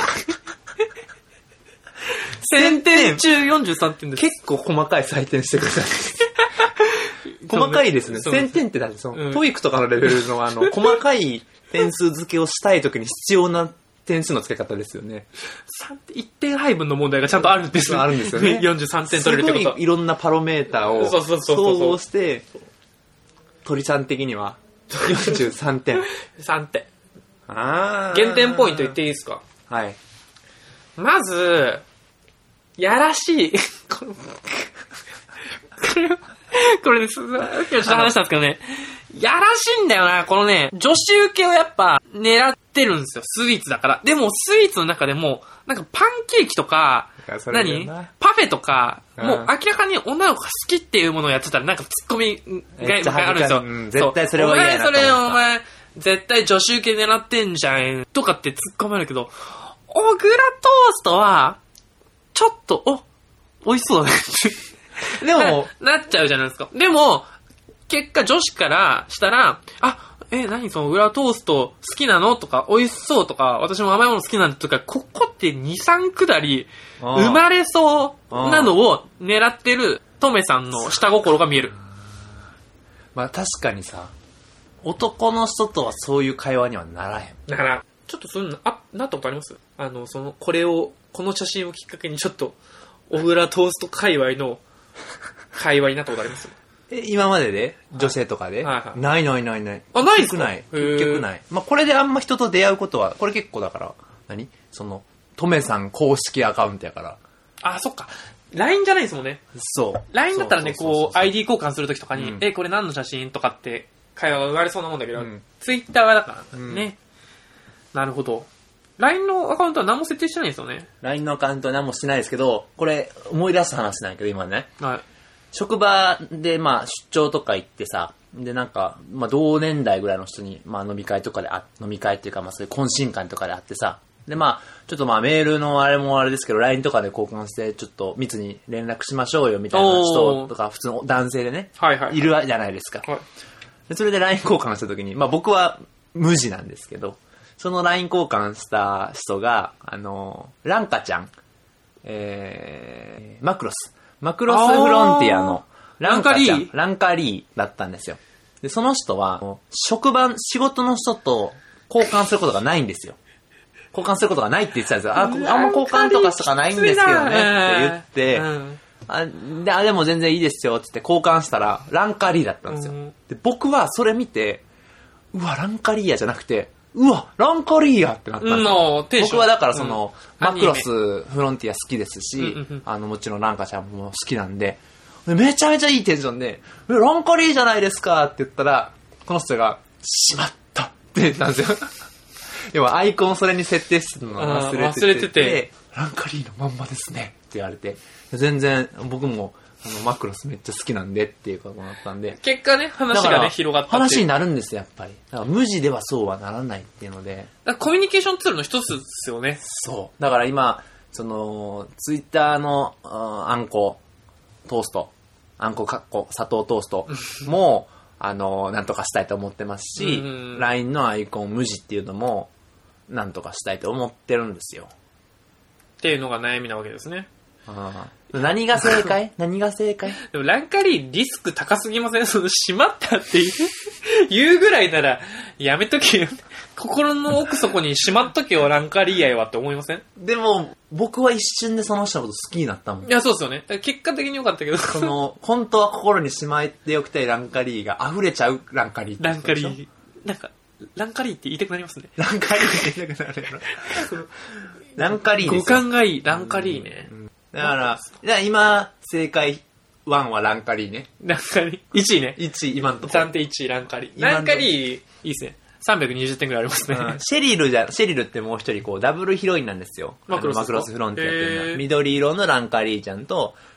せんてん中よんじゅうさんてんです。 結構細かい採点してください。細かいですね。せんてんってだってその、うん、トイックとかのレベルのあの、細かい点数付けをしたいときに必要な点数の付け方ですよね。 いってん配分の問題がちゃんとあるんですよ。 あるんですよね。 よんじゅうさんてん取れるってことは。 すごいいろんなパロメーターを総合して、鳥さん的にはよんじゅうさんてん。 さんてん。 あ減点ポイント言っていいですか？ はい。 まず、やらしい。これ、これです。今日ちょっと話したんですけどね。やらしいんだよな、このね、女子受けをやっぱ狙ってるんですよ。スイーツだから。でもスイーツの中でも、なんかパンケーキとか、何パフェとか、もう明らかに女の子が好きっていうものをやってたらなんかツッコミがあるんですよ。 うん、絶対それは嫌やなと思った。 お前それお前、絶対女子受け狙ってんじゃん。とかってツッコめるけど、小倉トーストは、ちょっと、お、美味しそうだね。 でもな、なっちゃうじゃないですか。でも、結果女子からしたら、あ、え、何その裏トースト好きなのとか、美味しそうとか、私も甘いもの好きなんだとか、ここってに、さんくだり、生まれそうなのを狙ってるトメさんの下心が見える。 まあ確かにさ、男の人とはそういう会話にはならへん。 だから、ちょっとそういうの、あ、なったことあります？あの、その、これを、この写真をきっかけにちょっと、小倉トースト界隈の会話になったことあります？ え、今までで女性とかで、 はいはいはい、 ないないないない。 あ、ないですか？ ない。結局ない。まあこれであんま人と出会うことは、これ結構だから、何その、トメさん公式アカウントやから。 あ、そっか。ライン じゃないですもんね。 そう。 ライン だったらね、こう、アイディー 交換するときとかに、うん、え、これ何の写真とかって会話が生まれそうなもんだけど、うん、Twitter はだからね、うん。なるほど。ライン のアカウントは何も設定してないんですよね。 ライン のアカウントは何もしてないですけど、これ思い出す話なんやけど、今ね。 はい。 職場でまあ出張とか行ってさ、でなんか、まあ同年代ぐらいの人に、まあ飲み会とかであ、飲み会っていうかまあそういう懇親会とかで会ってさ、でまあ、ちょっとまあメールのあれもあれですけど、ライン とかで交換して、ちょっと密に連絡しましょうよみたいな人とか、普通の男性でね、 はいはい、 いるじゃないですか。 はい、 でそれで ライン 交換した時に、まあ僕は無地なんですけど、その ライン 交換した人が、あの、ランカちゃん、えー、マクロス。マクロスフロンティアのランカちゃん、ランカリーだったんですよ。で、その人は、職場、仕事の人と交換することがないんですよ。交換することがないって言ってたんですよ。あ、あんま交換とかしかないんですけどねって言って、うん、あで、あ、でも全然いいですよって言って交換したら、ランカリーだったんですよ。うん、で、僕はそれ見て、うわ、ランカリーヤじゃなくて、うわ、ランカリーヤってなったんですよ。うん、僕はだからその、うん、マクロスフロンティア好きですし、うんうんうん、あの、もちろんランカちゃんも好きなんで、めちゃめちゃいいテンションで、ランカリーじゃないですかって言ったら、この人が、しまったって言ったんですよ。要はアイコンそれに設定してたのを忘れてて、忘れててランカリーのまんまですねって言われて、全然僕もあのマクロスめっちゃ好きなんでっていうことになったんで、 結果ね、話がね、広がったって話になるんですよ、やっぱり。だから無地ではそうはならないっていうので。 だからコミュニケーションツールの一つですよね。 そう。だから今、その、ツイッターのあんこトースト、あんこかっこ砂糖トーストも、あの、なんとかしたいと思ってますし、うん、ライン のアイコン無地っていうのも、なんとかしたいと思ってるんですよ。 っていうのが悩みなわけですね。 ああ、何が正解何が正解でもランカリーリスク高すぎません？その、しまったっていう言うぐらいなら、やめとけよ。心の奥底にしまっとけよ、ランカリーやいはって思いません？ でも、僕は一瞬でその人のこと好きになったもん。 いや、そうですよね。結果的に良かったけど。 その、本当は心にしまっておきたいランカリーが溢れちゃうランカリーってランカリー。なんか、ランカリーって言いたくなりますね。 ランカリーって言いたくなるやろ。ランカリーですよ。 五感がいい、ランカリーね。 うんうん、だから、じゃあ今、正解いちはランカリーね。 ランカリー。いちいね。 いちい、今んとこ。 暫定いちい、ランカリー。ランカリー、いいですね。さんびゃくにじゅってんぐらいありますね。 うん、シェリルじゃ、シェリルってもう一人こう、ダブルヒロインなんですよ。マクロス。マクロスフロンティアっていうのは。緑色のランカリーちゃんと、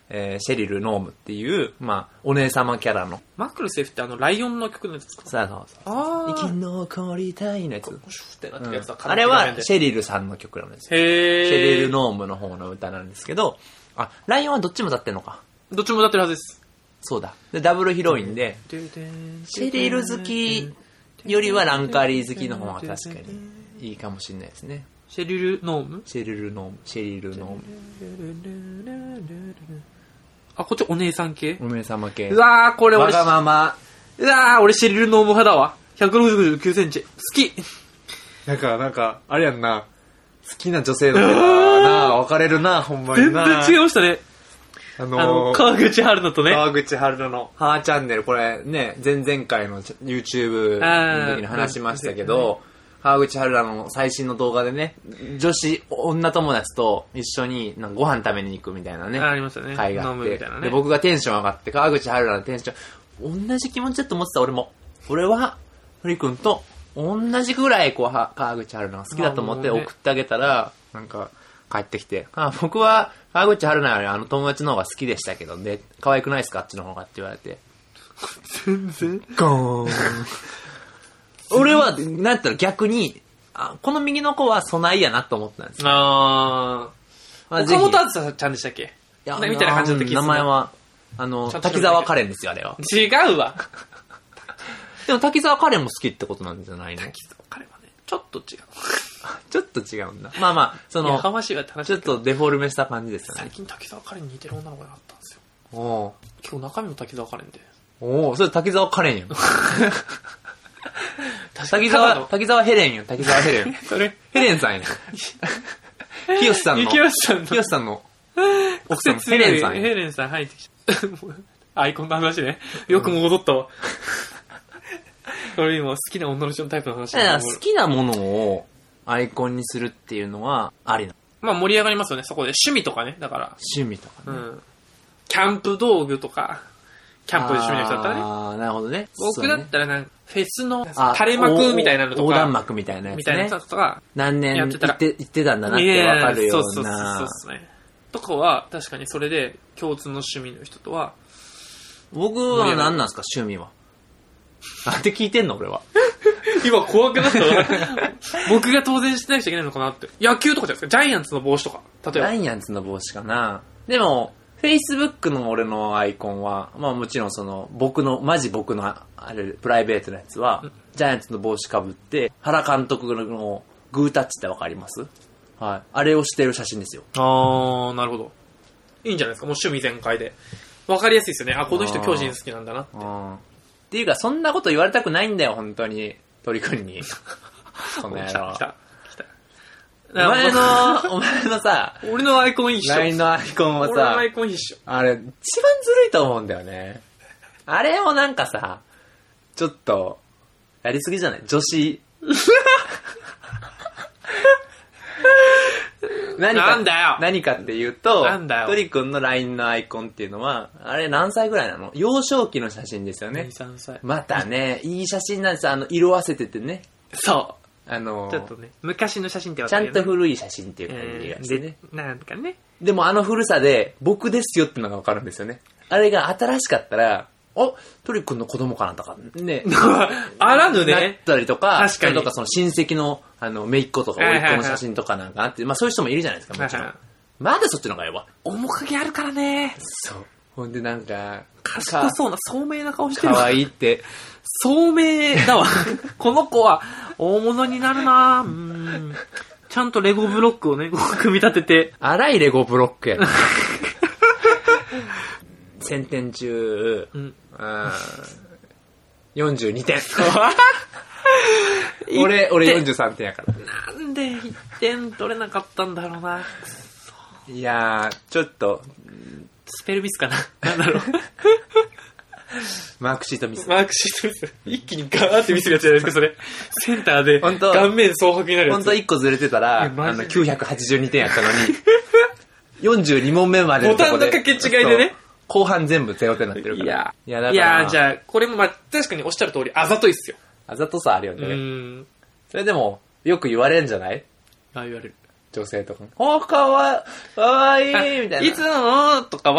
えー、シェリル・ノームっていう、まあ、お姉様キャラの。 マクルセフってあの、ライオンの曲のやつですか？ そうそうそう。 ああ。 生き残りたいのやつ。うんやつあれは、シェリルさんの曲なんですよ。 へー。 シェリル・ノームの方の歌なんですけど、あ、ライオンはどっちも歌ってんのか。 どっちも歌ってるはずです。 そうだ。で、ダブルヒロインで、シェリル好きよりはランカリー好きの方が確かにいいかもしれないですね。 シェリル・ノームシェリル・ノーム。シェリル・ノーム。 あ、こっちお姉さん系？ お姉様系。 うわー、これ俺。 わがまま。 うわー、俺シェリル・ノーム派だわ。ひゃくろくじゅうきゅうセンチ。好き。 なんか、なんか、あれやんな。好きな女性の方な、分かれるな、ほんまにな。 全然違いましたね。 あのー、 あの、川口春奈とね。 川口春奈のハーチャンネル、これね、前々回の YouTube の時に話しましたけど、川口春奈の最新の動画でね、女子、女友達と一緒になんかご飯食べに行くみたいなね、 ありましたね。 会があって、 飲むみたいなね、 で、僕がテンション上がって、川口春奈のテンション、同じ気持ちだと思ってた俺も。俺は、堀君と同じぐらいこう、川口春奈が好きだと思って送ってあげたら、なんか、帰ってきて、あ、僕は川口春奈よりあの友達の方が好きでしたけどね、可愛くないですかあっちの方がって言われて。 全然。 ゴーン。俺は、なんやったら逆に、あ、この右の子は備えやなと思ったんですよ。 あー。まあ、岡本あずさちゃんでしたっけ？いや、みたいな感じの時。 名前は、あの、滝沢カレンですよ、あれは。 違うわ。 でも滝沢カレンも好きってことなんじゃないの？ 滝沢カレンはね、ちょっと違う。 ちょっと違うんだ。まあまあ、その、ちょっとデフォルメした感じですよね。 最近滝沢カレンに似てる女の子があったんですよ。 お結構中身も滝沢カレンで。 おお、それ滝沢カレンやん。滝沢、滝沢ヘレンよ、滝沢ヘレン。 それヘレンさんや。きよしさんの。 きよしさんの。 きよしさんの。奥さん、ヘレンさんや。 ヘレンさん入ってきた。アイコンの話ね。よく戻ったわ。俺今好きな女の人のタイプの話。 好きなものをアイコンにするっていうのはありな。 まあ盛り上がりますよね、そこで。趣味とかね、だから。 趣味とかね。 うん。キャンプ道具とか、キャンプで趣味の人だったらね。 ああ、なるほどね。 僕だったらなんか、フェスの垂れ幕みたいなのとか。 横断幕みたいなやつね。 みたいなやつとか。 何年行って、行ってたんだなってわかるような。 そうそうそうそうね。とかは、確かにそれで共通の趣味の人とは。 僕は何なんですか、趣味は。なんて聞いてんの俺は。 今怖くなったわ。僕が当然してなくちゃいけないのかなって。野球とかじゃないですか。ジャイアンツの帽子とか。例えば。 ジャイアンツの帽子かな。でも、Facebook の俺のアイコンは、まあもちろんその、僕の、マジ僕の、あれ、プライベートのやつは、うん、ジャイアンツの帽子かぶって、原監督のグータッチってわかります？はい。あれをしてる写真ですよ。 あー、なるほど。いいんじゃないですか。もう趣味全開で。わかりやすいですよね。あ、この人巨人好きなんだなって。 っていうか、そんなこと言われたくないんだよ、本当に。鳥くんに。この野郎。来た、来た。来た。お前の、お前のさ、 俺のアイコン一緒。 ライン のアイコンはさ、 俺のアイコン一緒。 あれ、一番ずるいと思うんだよね。あれもなんかさ、ちょっと、やりすぎじゃない？女子。何か、 なんだよ何かっていうと、 なんだよトリくんの ライン のアイコンっていうのは、あれ何歳ぐらいなの？幼少期の写真ですよね。 に、さんさい。 またね、いい写真なんですよ。あの、色あせててね。 そう。 あのー、 ちょっとね、昔の写真ってわかるよね。ちゃんと古い写真っていう感じがしてね、 えー。なんかね。 でもあの古さで、僕ですよってのがわかるんですよね。あれが新しかったら、あ、トリくんの子供かなとか、ね。 あらぬね。 なったりとか、 確かに。 とかその親戚の、あの、姪っ子とか甥っ子の写真とかなんかあって、まあそういう人もいるじゃないですか、もちろん。まだそっちの方がやば。 面影あるからね。 そう。ほんでなんか、 賢そうな、聡明な顔してる。 可愛いって。 聡明だわ。この子は、大物になるなうん。ちゃんとレゴブロックをね、組み立てて。 荒いレゴブロックやな。せんてん中、うん、よんじゅうにてん。俺、俺よんじゅうさんてんやから。 なんでいってん取れなかったんだろうな。 いやー、ちょっと、 スペルミスかな。なんだろう。 マークシートミス。 マークシートミス。一気にガーってミスがやつじゃないですか、それ。センターで顔面蒼白になるやつ。 ほんといっこずれてたら、あの、きゅうひゃくはちじゅうにてんやったのに、よんじゅうにもんめまでのとこで。 ボタンの掛け違いでね。 後半全部ゼロてんになってるから。いや、 いや、だからいやじゃあ、これもまあ、確かにおっしゃる通り、あざといっすよ。 あざとさあるよね。うん。それでも、よく言われるんじゃない？ あ、言われる。 女性とか。おー、かわいい、かわいい、みたいな。 いつのとかは、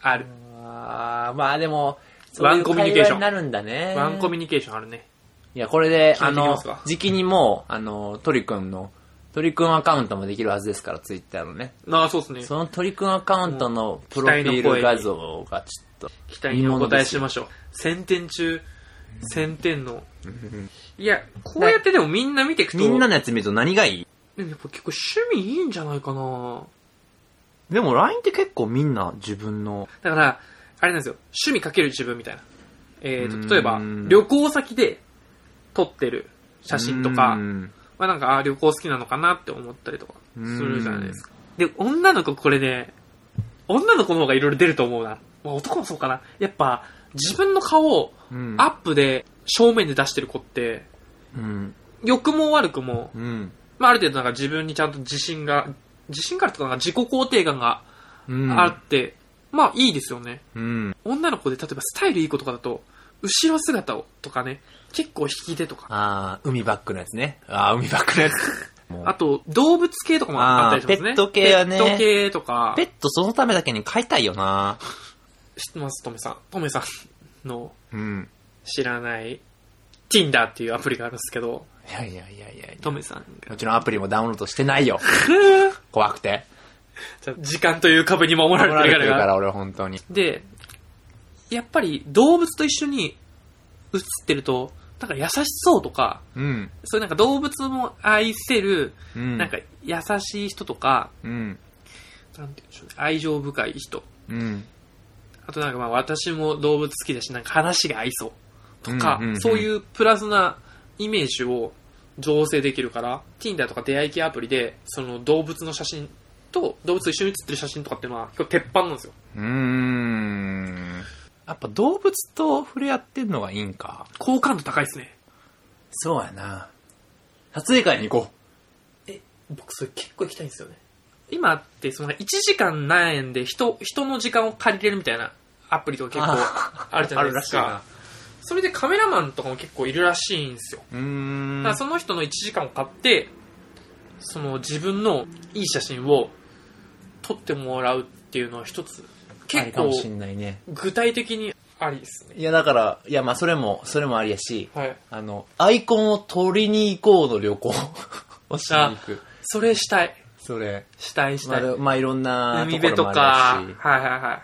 ある。 あまあでも、 ワンコミュニケーション。 になるんだね。 ワンコミュニケーションあるね。 いや、これで、あの、 決めていきますか時期にもう、あの、鳥くんの、鳥くんアカウントもできるはずですから、ツイッターのね。 ああ、そうですね。 その鳥くんアカウントのプロフィール画像がちょっと。 期待にお答えしましょう。せんてん中、せんてんの。いや、こうやってでもみんな見ていくと。 みんなのやつ見ると何がいい？ でもやっぱ結構趣味いいんじゃないかな。 でも ライン って結構みんな自分の。 だから、あれなんですよ。趣味かける自分みたいな。えーと、例えば、旅行先で撮ってる写真とか、まあなんか、あ、旅行好きなのかなって思ったりとかするじゃないですか。で、女の子これね、女の子の方がいろいろ出ると思うな。まあ男もそうかな。やっぱ、自分の顔をアップで正面で出してる子って、うん、良くも悪くも、うん、まあある程度なんか自分にちゃんと自信が、自信があるとかなんか自己肯定感があって、うん、まあいいですよね、うん。女の子で例えばスタイルいい子とかだと、後ろ姿をとかね、結構引き手とか。 ああ、海バックのやつね。ああ、海バックのやつ。 あと、動物系とかもあったりしますね。 ペット系はね。 ペット系とか。 ペットそのためだけに飼いたいよな。 知ってます、トメさん。トメさんの知らない Tinder っていうアプリがあるんですけど。 いやいやいやいやトメさんが。もちろんアプリもダウンロードしてないよ。怖くて。 時間という壁に守られてるから。 守られてるから俺本当に。 で、やっぱり動物と一緒に映ってると、なんか優しそうとか、うん、そういうなんか動物も愛せる、うん、なんか優しい人とか、うん、なんて言うんでしょうね、愛情深い人、うん、あとなんかまあ私も動物好きだし、なんか話が合いそうとか、うんうんうん、そういうプラスなイメージを醸成できるから、Tinder とか出会い系アプリでその動物の写真と動物と一緒に写ってる写真とかっていうのは結構鉄板なんですよ。 うーん。やっぱ動物と触れ合ってんのがいいんか。 好感度高いですね。 そうやな。撮影会に行こう。え、僕それ結構行きたいんですよね。今ってそのいちじかん何円で人、人の時間を借りれるみたいなアプリとか結構あるじゃないですか。それでカメラマンとかも結構いるらしいんですよ。うーん。だからその人のいちじかんを買って、その自分のいい写真を撮ってもらうっていうのは一つ。結構具体的にありですね。 いやだからいやまあそれもそれもありやし、はい、あのアイコンを取りに行こうの旅行をしに行く。 それしたい。 それしたいしたい。 まあ、まあいろんな海辺とか、はいはいはい。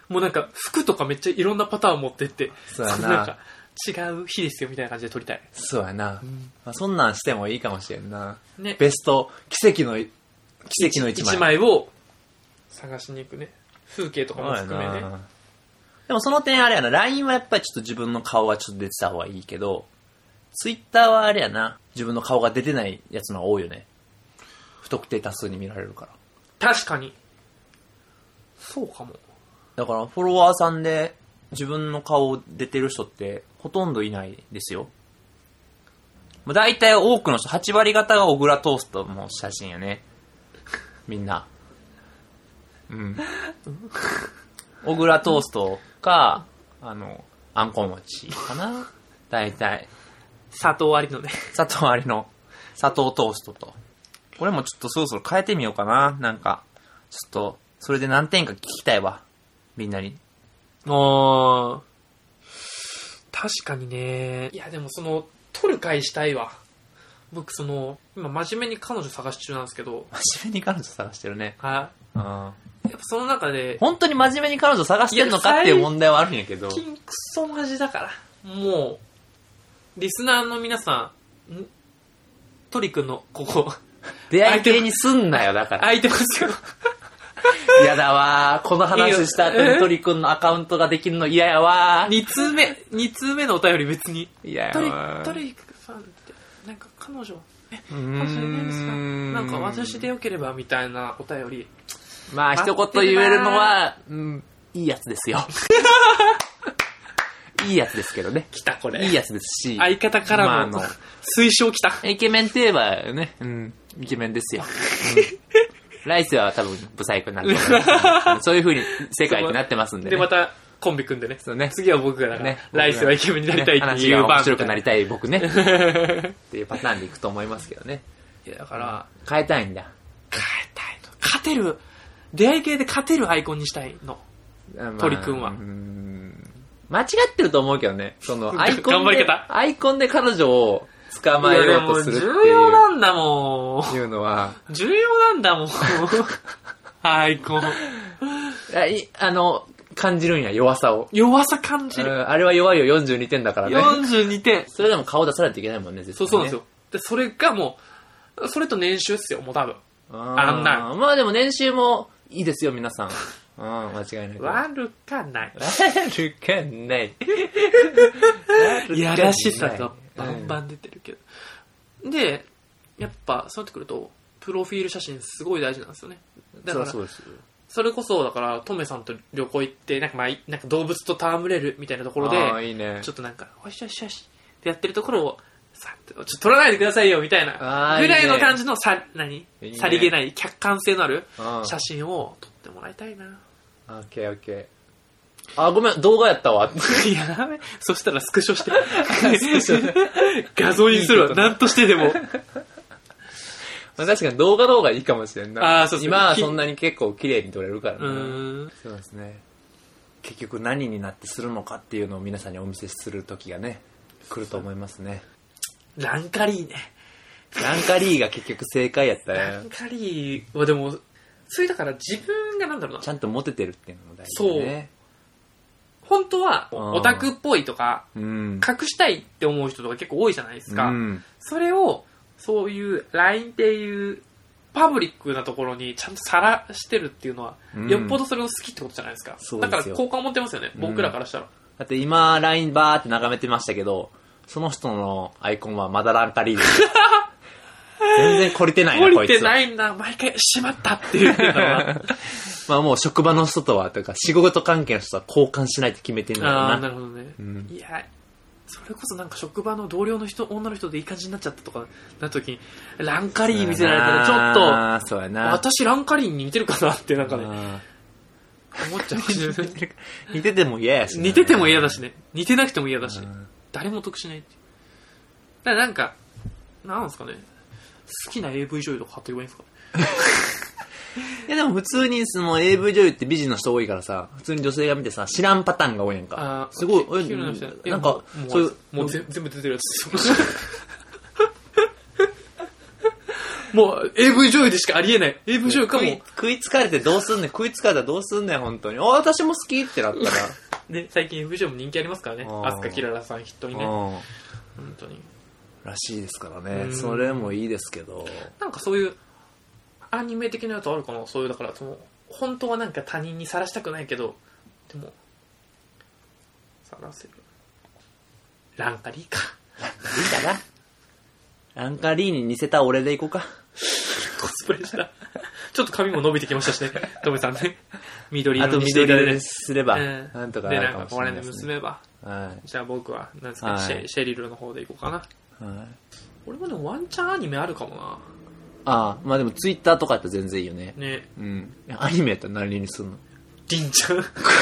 もうなんか服とかめっちゃいろんなパターン持ってって、 そうやな。 なんか違う日ですよみたいな感じで撮りたい。 そうやな。うん、まあ、そんなんしてもいいかもしれんな。ね。ベスト奇跡の奇跡の一枚。 一枚を探しに行くね。風景とかも含めね。 でもその点あれやな、ライン はやっぱりちょっと自分の顔はちょっと出てた方がいいけど、Twitter はあれやな、自分の顔が出てないやつの方が多いよね。不特定多数に見られるから。 確かに。そうかも。 だからフォロワーさんで自分の顔出てる人ってほとんどいないですよ。だいたい多くの人、はち割方が小倉トーストの写真やね。みんな。うん。小倉トーストか、あの、あんこ餅かな。大体。 砂糖ありのね。 砂糖ありの、砂糖トーストと。これもちょっとそろそろ変えてみようかな。なんか、ちょっと、それで何点か聞きたいわ。みんなに。 あー。確かにね。いやでもその、撮る会したいわ。僕その、今真面目に彼女探し中なんですけど。 真面目に彼女探してるね。 はい。あやっぱその中で本当に真面目に彼女探してんのかっていう問題はあるんやけど、 最近クソマジだからもうリスナーの皆さんトリ君のここ出会い系にすんなよだから空いてますよ嫌だわこの話した後にトリ君のアカウントができるの嫌やわに通目に通目のお便り別に嫌やわトリさんってなんか彼女え彼女いないんですかなんか私でよければみたいなお便りまあ一言言えるのは、うん、いいやつですよ。いいやつですけどね。 来たこれ。 いいやつですし。 相方からも、まあ、あの推奨来た。 イケメンといえばね、うん、イケメンですよ。うん、来世は多分ブサイクになると思います。そういう風に世界になってますんで、ね。 でまたコンビ組んでね。 そうね。 次は僕がだから、ね、来世はイケメンになりたいっていう、ね、 話が面白くなりたい僕ね。っていうパターンでいくと思いますけどね。 いやだから変えたいんだ。 変えたいの。勝てる。出会い系で勝てるアイコンにしたいの。 鳥くんは。 まあ、うーん間違ってると思うけどね。その、アイコンで、 頑張り方アイコンで彼女を捕まえようとするっていう。 重要なんだもん。 いうのは。 重要なんだもん。アイコン。 あいあの、感じるんや、弱さを。 弱さ感じる。 あれは弱いよ、よんじゅうにてんだからね。 よんじゅうにてん。 それでも顔出さないといけないもんね、絶対ね。 そうそうなんですよ。で、それがもう、それと年収っすよ、もう多分。 ああんな。 まあでも年収もいいですよ、皆さん。うん、間違いない。 悪かない。 悪かない。 いやらしさがバンバン出てるけど。うん、で、やっぱ、そうなってくると、プロフィール写真すごい大事なんですよね。だから、 そうですそれこそ、だから、トメさんと旅行行って、なんかまあ、なんか動物と戯れるみたいなところで、 あいいね、 ちょっとなんか、おいしょよしよしってやってるところを、さちょっと撮らないでくださいよみたいな、ぐらいの感じのさ、何いいね、 さりげない、客観性のあるうん写真を撮ってもらいたいな。 オッケーオッケー。あ、ごめん、動画やったわ。 いや、ダメ。そしたらスクショして。画像にするわ。なんとしてでも。 まあ確かに動画の方がいいかもしれんな。 あそうそう。 今はそんなに結構綺麗に撮れるからね。 うーん。 そうですね。結局何になってするのかっていうのを皆さんにお見せする時がね、来ると思いますね。 ランカリーね。 ランカリーが結局正解やったランね。 カリーはでも、それだから自分がなんだろうな。 ちゃんとモテてるっていうのも大事だね。 本当はオタクっぽいとか、 うん、 隠したいって思う人とか結構多いじゃないですか。 うん、それを、そういう ライン っていうパブリックなところにちゃんとさらしてるっていうのは、うん、よっぽどそれを好きってことじゃないですか。そうですよ。だから好感を持ってますよね、うん、僕らからしたら。 だって今 ライン バーって眺めてましたけど、その人のアイコンはまだランカリーです。全然懲りてないな、こいつ。 懲りてないんだ。毎回、しまったって言ってるからな。 まあもう職場の人とは、というか仕事関係の人は交換しないって決めてるんだろうな。 ああ、なるほどね。うん、いや、それこそなんか職場の同僚の人、女の人でいい感じになっちゃったとか、なった時に、ランカリー見せられたらちょっと、 ああ、そうやな。 私ランカリーに似てるかなってなんかね、思っちゃうし。 似てても嫌やし、 ね。似てても嫌だしね。似てなくても嫌だし、誰も得しないって。だからなんか、なんですかね。好きな エーブイ 女優とか貼って言えばいいんですか？ いやでも普通にその エーブイ 女優って美人の人多いからさ、普通に女性が見てさ、知らんパターンが多いやんか。 あすごい、 えなんか、 そういう、もう全部出てるやつですよ。もう エーブイ 女優でしかありえない。エーブイ 女優かも。 食いつかれてどうすんねん、食いつかれたらどうすんねん、本当に。あ、私も好きってなったら。 ね、最近 エーブイ 女優も人気ありますからね。飛鳥キララさん筆頭にね。本当に。 らしいですからね。それもいいですけど。 なんかそういうアニメ的なやつあるかな。そういうだからその本当はなんか他人にさらしたくないけど、でもさらせる。ランカリーか。 ランカリーだな。ランカリーに似せた俺でいこうか。 コスプレしたらちょっと髪も伸びてきましたしね。トメさんね。緑色にしていただいてすれば、 えー、 なんとかなるかもしれないですね。でなんかこれで結べば。 はい。 じゃあ僕はなんですか、はい、シ, ェシェリルの方でいこうかな。 はい、 俺もでもワンチャンアニメあるかもな。 ああ、まあでもツイッターとかやったら全然いいよね。 ね。 うん。アニメやったら何にすんの？ りんちゃん。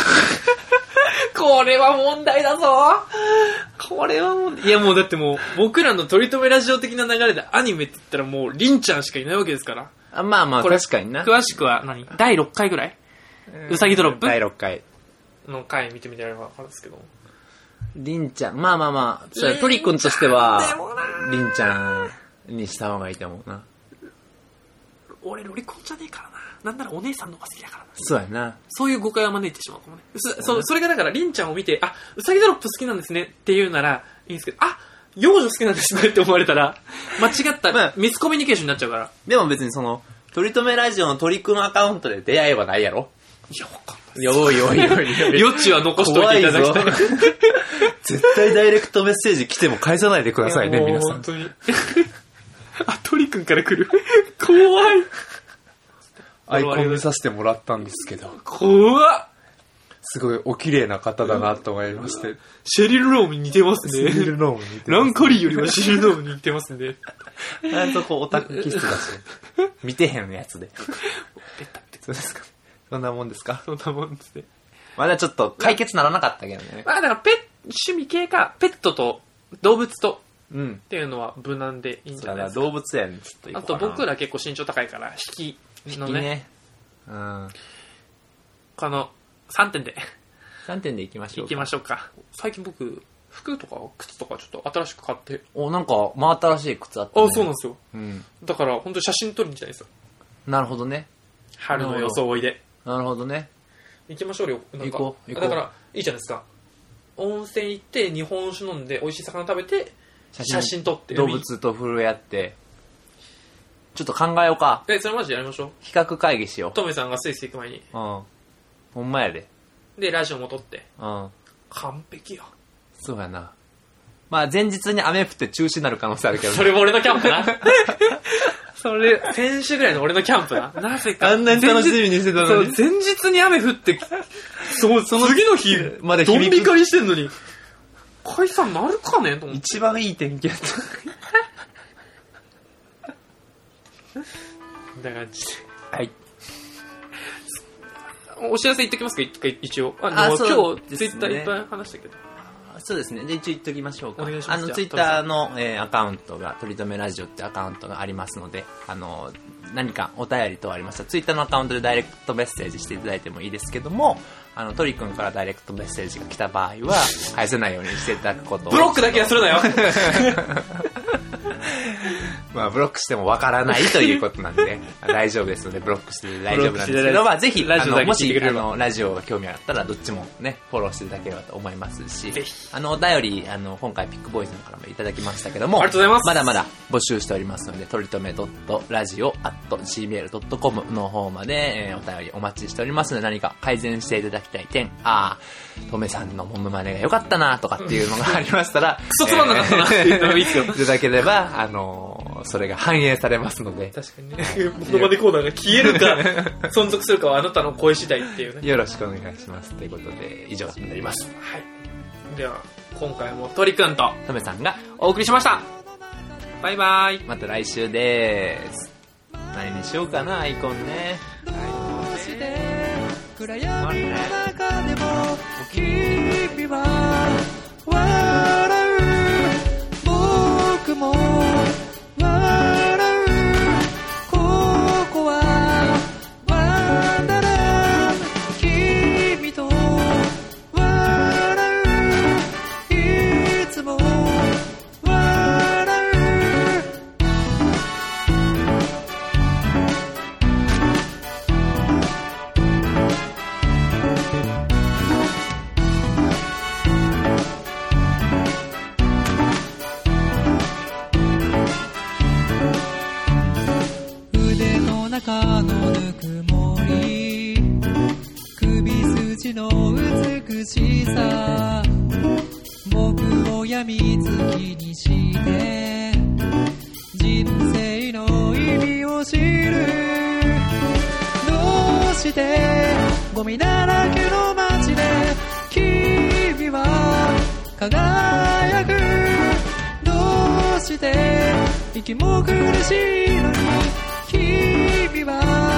これは問題だぞ。これは問題。いやもうだってもう僕らの取り留めラジオ的な流れでアニメって言ったらもうりんちゃんしかいないわけですから。 あ、まあまあこれ確かにな。 詳しくは何だいろっかいぐらい、うさぎドロップだいろっかいの回見てみてやれば分かるんですけど。 りんちゃん、まあまあまあ、それトリ君としては、りんちゃんにした方がいいと思うな。 俺ロリコンじゃねえからな。なんならお姉さんの方が好きだからな。 そうやな。 そういう誤解を招いてしまうかもね。そ, それがだからりんちゃんを見て、あ、うさぎドロップ好きなんですねって言うならいいんですけど、あ、幼女好きなんですねって思われたら間違ったミスコミュニケーションになっちゃうから。 でも別にその取り留めラジオの鳥くんアカウントで出会えばないやろ。 いや、わかんない。 いや、おいおいおい。 余地は残しといていただきたい。 絶対ダイレクトメッセージ来ても返さないでくださいね、皆さん。 本当に。あ、鳥くんから来る。怖い。 アイコン見させてもらったんですけど。 怖っ。 すごいお綺麗な方だなと思いまして。 シェリル・ロームに似てますね。 シェリル・ロームに似てます、 ね。ランカリーよりはシェリル・ロームに似てますね。 なんとこうオタク気質だし。見てへんやつで。そうですか。そんなもんですか？ そんなもんですね。 まだちょっと解決ならなかったけどね。 まあだからペッ、趣味系か、ペットと動物と、 うん。 っていうのは無難でいいんじゃないですか。 動物園ちょっと行こうかな。 あと僕ら結構身長高いから、引きのね。 引きね。うん。 この、 さんてんで。 さんてんでいきましょうか。 いきましょうか。最近僕、服とか靴とかちょっと新しく買って。 お、なんか、真新しい靴あったね。 あ、そうなんですよ。 うん。 だから、本当に写真撮りに行きたいんですよ。 なるほどね。 春の装いで。 なるほどね。 行きましょうよ。なんか行こう、行こう。 だから、いいじゃないですか。温泉行って、日本酒飲んで、美味しい魚食べて、写真、写真撮って。 動物と触れ合って、ちょっと考えようか。 え、それマジでやりましょう。 比較会議しよう。 トメさんがスイス行く前に。 うん。ほんまやで。 で、ラジオも撮って。 うん。 完璧や。 そうやな。まあ、前日に雨降って中止になる可能性あるけど。 それも俺のキャンプな。それ、先週ぐらいの俺のキャンプな。なぜか。 あんなに楽しみにしてたのに。 そう、前日に雨降って、そう、その次の日までドン引かりしてんのに、解散なるかねと思って。 一番いい天気やった。 だから、 はい。 お知らせ言っときますか、一応。あの、今日、ツイッターいっぱい話したけど。 そうですね。で、一応言っときましょうか。 お願いします。 あの、ツイッターの、えー、アカウントが、とりとめラジオってアカウントがありますので、あの、何かお便り等ありましたら、ツイッターのアカウントでダイレクトメッセージしていただいてもいいですけども、あの、トリ君からダイレクトメッセージが来た場合は、返せないようにしていただくことを。 ブロックだけはするなよ。 まあ、ブロックしてもわからないということなんで、大丈夫ですので、ブロックして大丈夫なんですけど、まあ、ぜひ、あの、もし、あの、ラジオが興味あったら、どっちもね、フォローしていただければと思いますし、 ぜひ。 あの、お便り、あの、今回、ピックボーイさんからもいただきましたけども、 ありがとうございます。 まだまだ募集しておりますので、とりとめ .radio アット ジーメールドットコム の方まで、えー、お便りお待ちしておりますので、何か改善していただきたい点、あー、とめさんのモノマネが良かったなとかっていうのがありましたら、 クソつまんなかったなって言ってもいいですよ。 いただければ、あのー、それが反映されますので。 確かにね。モノマネコーナーが消えるか、存続するかはあなたの声次第っていうね。 よろしくお願いします。ということで、以上になります。 はい。では、今回も鳥くんととめさんがお送りしました。バイバイ。 また来週でーす。何にしようかな、アイコンね。 暗闇の中でも君は笑う、僕も笑う、ここはワンダラン、君と笑う、いつも笑う。腕の中のぬくもり、首筋の美しさ、僕を病みつきにして人生の意味を知る。どうしてゴミだらけの街で君は輝く。どうして息も苦しいのに君は